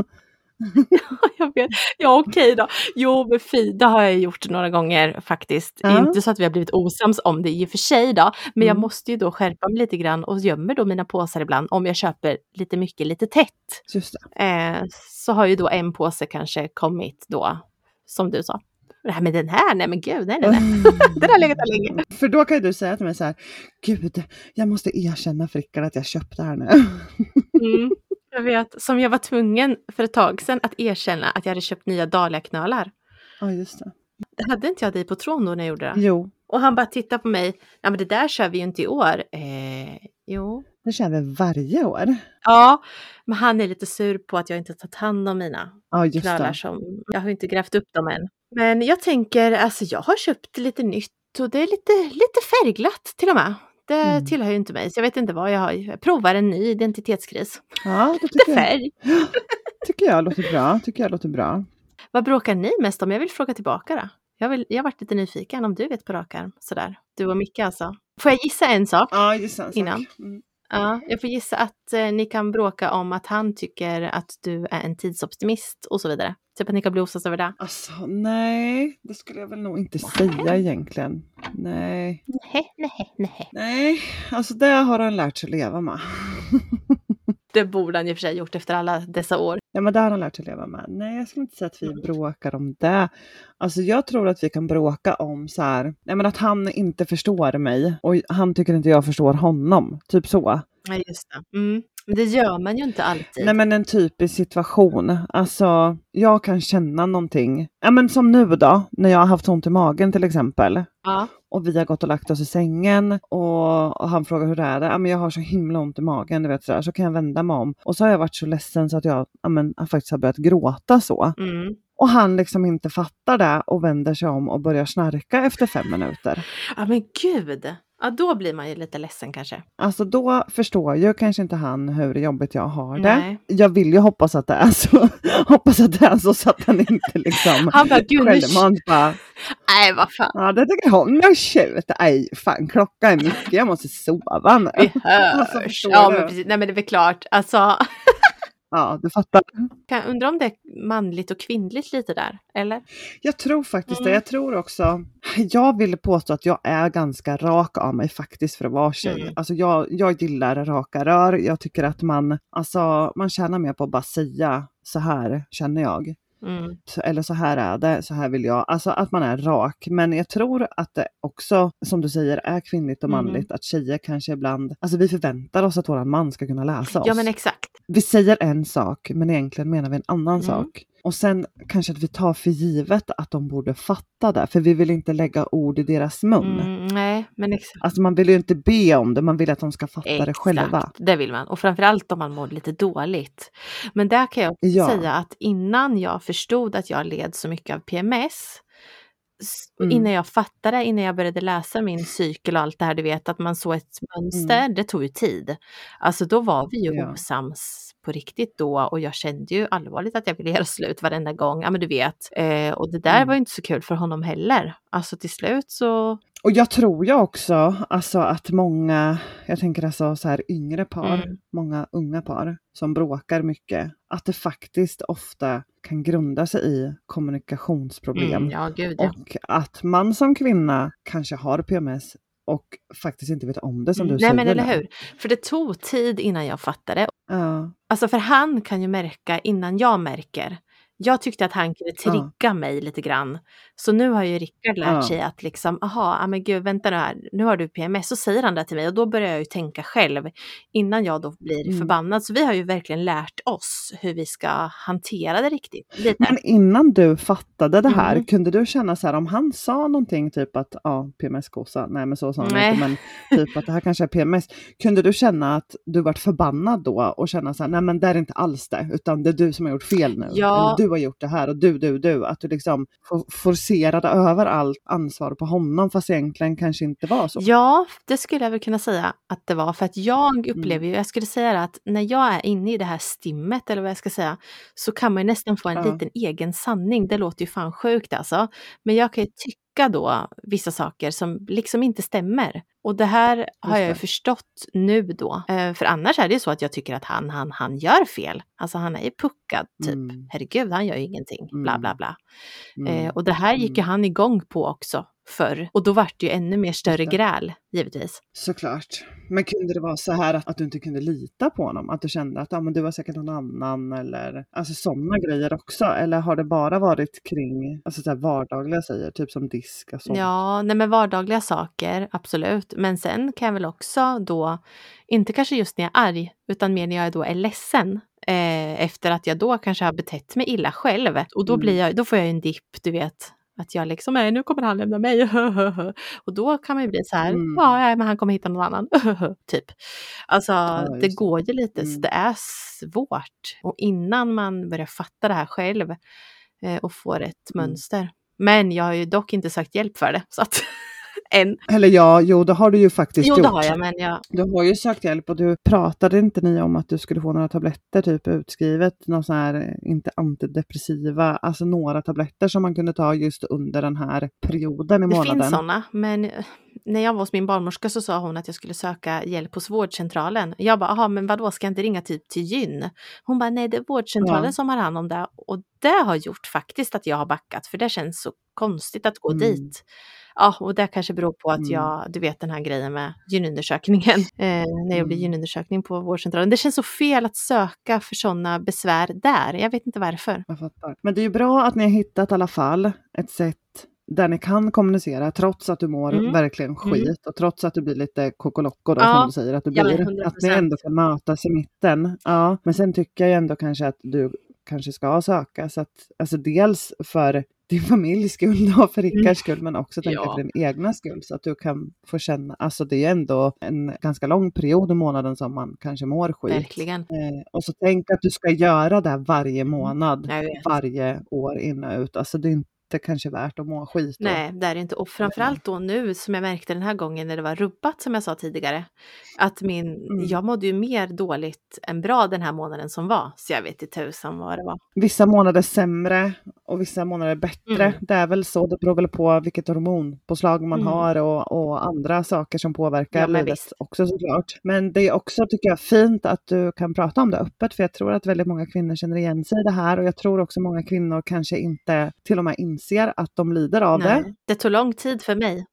Jag vet. Ja, okej då. Jo, men fy, det har jag gjort några gånger faktiskt. Ja. Inte så att vi har blivit osams om det i och för sig då. Men Mm. jag måste ju då skärpa mig lite grann och gömmer då mina påsar ibland. Om jag köper lite mycket, lite tätt. Just det. Eh, så har ju då en påse kanske kommit då, som du sa. Det här med den här, nej men gud, nej nej nej. Den har legat där länge. För då kan ju du säga till mig så här, gud, jag måste erkänna för Rickard att jag köpte här nu. Mm. Jag vet, som jag var tvungen för ett tag sedan att erkänna att jag hade köpt nya dahliaknölar. Ja, just det. Hade inte jag dig på tråden då när jag gjorde det? Jo. Och han bara tittar på mig. Ja, men det där kör vi ju inte i år. Eh, jo. Det kör vi varje år. Ja, men han är lite sur på att jag inte tagit hand om mina Ja, just knölar. det. Som, jag har inte grävt upp dem än. Men jag tänker, alltså jag har köpt lite nytt och det är lite, lite färgglatt till och med. Det Mm. tillhör ju inte mig, så jag vet inte vad jag har. Jag provar en ny identitetskris. Ja, det Det tycker jag, färg. tycker jag låter bra. Tycker jag låter bra. Vad bråkar ni mest om? Jag vill fråga tillbaka då. Jag, vill, jag har varit lite nyfiken om du vet på rak arm. Sådär. Du och Micke alltså. Får jag gissa en sak? Ja, just det. Innan. Mm. Ja, jag får gissa att eh, ni kan bråka om att han tycker att du är en tidsoptimist och så vidare. Typ att ni kan bli osams över det. Alltså, nej. Det skulle jag väl nog inte säga egentligen. Nej. Nej, nej, nej. Nej, alltså det har han lärt sig leva med. Det borde han i och för sig gjort efter alla dessa år. Ja, men det har han lärt sig leva med. Nej, jag skulle inte säga att vi bråkar om det. Alltså jag tror att vi kan bråka om så här. Nej, men att han inte förstår mig. Och han tycker inte jag förstår honom. Typ så. Ja, just det. Mm. Men det gör man ju inte alltid. Nej, men en typisk situation. Alltså, jag kan känna någonting. Ja, men som nu då. När jag har haft ont i magen till exempel. Ja. Och vi har gått och lagt oss i sängen. Och, och han frågar hur det är det. Ja, men jag har så himla ont i magen. Du vet, så, där. Så kan jag vända mig om. Och så har jag varit så ledsen så att jag, ja, men, jag faktiskt har börjat gråta så. Mm. Och han liksom inte fattar det. Och vänder sig om och börjar snarka efter fem minuter. Ja, men gud. Ja, då blir man ju lite ledsen kanske. Alltså då förstår ju kanske inte han hur jobbigt jag har det. Nej. Jag vill ju hoppas att det är så. hoppas att det är så, så att han inte liksom Han bara, gud, nu... självmant bara. Nej, vad fan. Ja, det tycker hon är tjut. Nej, fan, klockan är mycket. Jag måste sova nu. Vi Alltså, hörs. förstår Ja, du? men precis. Nej, men det är väl klart. Alltså, Ja, du fattar. kan undra om det är manligt och kvinnligt lite där, eller? Jag tror faktiskt det. Mm. Jag tror också. Jag vill påstå att jag är ganska rak av mig faktiskt för att vara tjej. Mm. Alltså jag, jag gillar raka rör. Jag tycker att man, alltså, man tjänar mer på att bara säga så här känner jag. Mm. Eller så här är det, så här vill jag. Alltså att man är rak. Men jag tror att det också, som du säger, är kvinnligt och manligt. Mm. Att tjejer kanske ibland, alltså vi förväntar oss att våran man ska kunna läsa oss. Ja, men exakt. Vi säger en sak, men egentligen menar vi en annan Mm. sak. Och sen kanske att vi tar för givet att de borde fatta det. För vi vill inte lägga ord i deras mun. Mm, nej, men exakt. Alltså man vill ju inte be om det, man vill att de ska fatta det Exakt, själva. det vill man. Och framförallt om man mår lite dåligt. Men där kan jag också Ja. säga att innan jag förstod att jag led så mycket av P M S, s- Mm. innan jag fattade, innan jag började läsa min cykel och allt det här, du vet, att man såg ett mönster, det tog ju tid. Alltså då var vi ju Ja. osams på riktigt då, och jag kände ju allvarligt att jag ville göra slut varenda gång, ja men du vet. Eh, och det där Mm. var ju inte så kul för honom heller. Alltså till slut så... Och jag tror ju också alltså, att många, jag tänker alltså så här yngre par, Mm. många unga par som bråkar mycket, att det faktiskt ofta kan grunda sig i kommunikationsproblem. Mm, ja, gud ja. Och att man som kvinna kanske har P M S och faktiskt inte vet om det som du Nej säger. men eller där. hur. För det tog tid innan jag fattade. Ja. Alltså för han kan ju märka innan jag märker. Jag tyckte att han kunde trigga Ja. mig lite grann. Så nu har ju Rickard lärt Ja. sig att liksom, aha, ja men gud vänta nu här, nu har du P M S. Så säger han det till mig och då börjar jag ju tänka själv innan jag då blir Mm. förbannad. Så vi har ju verkligen lärt oss hur vi ska hantera det riktigt. Lite. Men innan du fattade det här, Mm. kunde du känna så här, om han sa någonting typ att ja, P M S-kossa, nej men så sa han Nej. inte, men typ att det här kanske är P M S. Kunde du känna att du vart förbannad då och känna så här, nej men det är inte alls det, utan det är du som har gjort fel nu. Ja. Eller du har gjort det här och du, du, du. Att du liksom for- fokuserade över allt ansvar på honom, fast egentligen kanske inte var så. Ja, det skulle jag väl kunna säga att det var. För att jag upplever ju, Mm. jag skulle säga att när jag är inne i det här stimmet, eller vad jag ska säga, så kan man ju nästan få en Ja. liten egen sanning. Det låter ju fan sjukt alltså. Men jag kan ju tycka då vissa saker som liksom inte stämmer. Och det här har jag ju det. förstått nu då. Eh, för annars är det ju så att jag tycker att han, han, han gör fel. Alltså han är ju puckad typ. Mm. Herregud, han gör ju ingenting. Bla bla bla. Mm. Eh, och det här gick ju Mm. han igång på också förr. Och då var det ju ännu mer större Just det. gräl, givetvis. Såklart. Men kunde det vara så här att, att du inte kunde lita på honom? Att du kände att ja, men du var säkert någon annan eller alltså sådana grejer också? Eller har det bara varit kring alltså så här vardagliga saker, typ som disk och sånt? Ja, nej men vardagliga saker, absolut. Men sen kan jag väl också då, inte kanske just när jag är arg, utan mer när jag då är ledsen. Eh, efter att jag då kanske har betett mig illa själv. Och då, Mm. blir jag, då får jag en dipp, du vet. Att jag liksom, nej nu kommer han lämna mig. Och då kan man ju bli så här, Mm. ja nej, men han kommer hitta någon annan. Typ. Alltså Ja, det just det. går ju lite, så Mm. det är svårt. Och innan man börjar fatta det här själv eh, och får ett Mm. mönster. Men jag har ju dock inte sökt hjälp för det. Så att, än. Eller ja, jo det har du ju faktiskt Jo, gjort. det har jag, men jag... Du har ju sökt hjälp och du pratade inte ni om att du skulle få några tabletter typ utskrivet, någon sån här, inte antidepressiva, alltså några tabletter som man kunde ta just under den här perioden i Det månaden. finns sådana, men när jag var hos min barnmorska så sa hon att jag skulle söka hjälp hos vårdcentralen. Jag bara, aha, men vadå, ska jag inte ringa typ till gyn? Hon bara, nej det är vårdcentralen Ja. som har hand om det. Och det har gjort faktiskt att jag har backat, för det känns så konstigt att gå Mm. dit. Ja, och det kanske beror på att Mm. jag, du vet den här grejen med gynundersökningen, eh, när jag gjorde Mm. gynundersökning på vårdcentralen. Det känns så fel att söka för sådana besvär där. Jag vet inte varför. Jag fattar. Men det är ju bra att ni har hittat i alla fall ett sätt där ni kan kommunicera trots att du mår Mm. verkligen skit Mm. och trots att du blir lite kokolocko då Ja. som du säger att du Ja, men blir. hundra Att ni procent. ändå kan mötas i mitten. Ja, men sen tycker jag ändå kanske att du kanske ska söka så att alltså dels för din familjs skull och för Rickards skull, men också tänka Ja. för din egna skull så att du kan få känna, alltså det är ändå en ganska lång period i månaden som man kanske mår skit. Verkligen. Eh, och så tänk att du ska göra det varje månad, Jag vet. varje år in och ut. Alltså det är inte kanske värt att må skit då. Nej, det är det inte. Och framförallt då nu som jag märkte den här gången när det var rubbat som jag sa tidigare. Att min, Mm. jag mådde ju mer dåligt än bra den här månaden som var. Så jag vet inte tusan vad det var. Vissa månader sämre och vissa månader bättre. Mm. Det är väl så, det beror väl på vilket hormonpåslag man Mm. har och, och andra saker som påverkar Ja, men livet visst. också såklart. Men det är också tycker jag fint att du kan prata om det öppet, för jag tror att väldigt många kvinnor känner igen sig i det här och jag tror också många kvinnor kanske inte till och med inser att de lider av det. Nej, det tog lång tid för mig.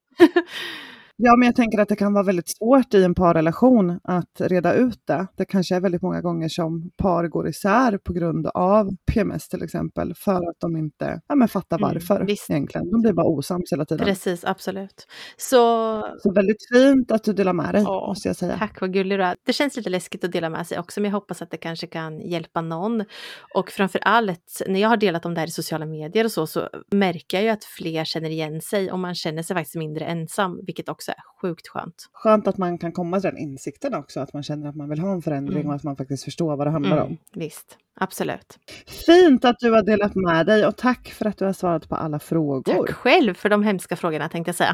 Ja, men jag tänker att det kan vara väldigt svårt i en parrelation att reda ut det. Det kanske är väldigt många gånger som par går isär på grund av P M S till exempel, för att de inte ja, men fattar Mm, varför visst. egentligen. De blir bara osams hela tiden. Precis, absolut. Så Så väldigt fint att du delar med dig, Ja, måste jag säga. tack vad gullig du är. Det känns lite läskigt att dela med sig också, men jag hoppas att det kanske kan hjälpa någon. Och framför allt, när jag har delat om det här i sociala medier och så, så märker jag ju att fler känner igen sig och man känner sig faktiskt mindre ensam, vilket också är sjukt skönt. Skönt att man kan komma till den insikten också, att man känner att man vill ha en förändring Mm. och att man faktiskt förstår vad det handlar om. Mm, visst, absolut. Fint att du har delat med dig och tack för att du har svarat på alla frågor. Tack själv för de hemska frågorna tänkte jag säga.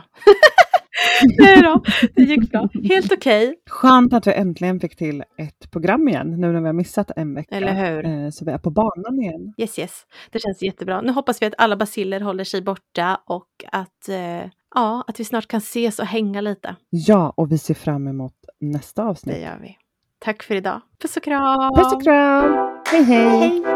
Nej då, det gick bra. Helt okej. Skönt att vi äntligen fick till ett program igen, nu när vi har missat en vecka. Eller hur? Eh, Så vi är på banan igen. Yes, yes. Det känns jättebra. Nu hoppas vi att alla baciller håller sig borta och att, eh, ja, att vi snart kan ses och hänga lite. Ja, och vi ser fram emot nästa Det avsnitt. gör vi. Tack för idag. Puss och kram! Puss och kram! Hej hej! Hej!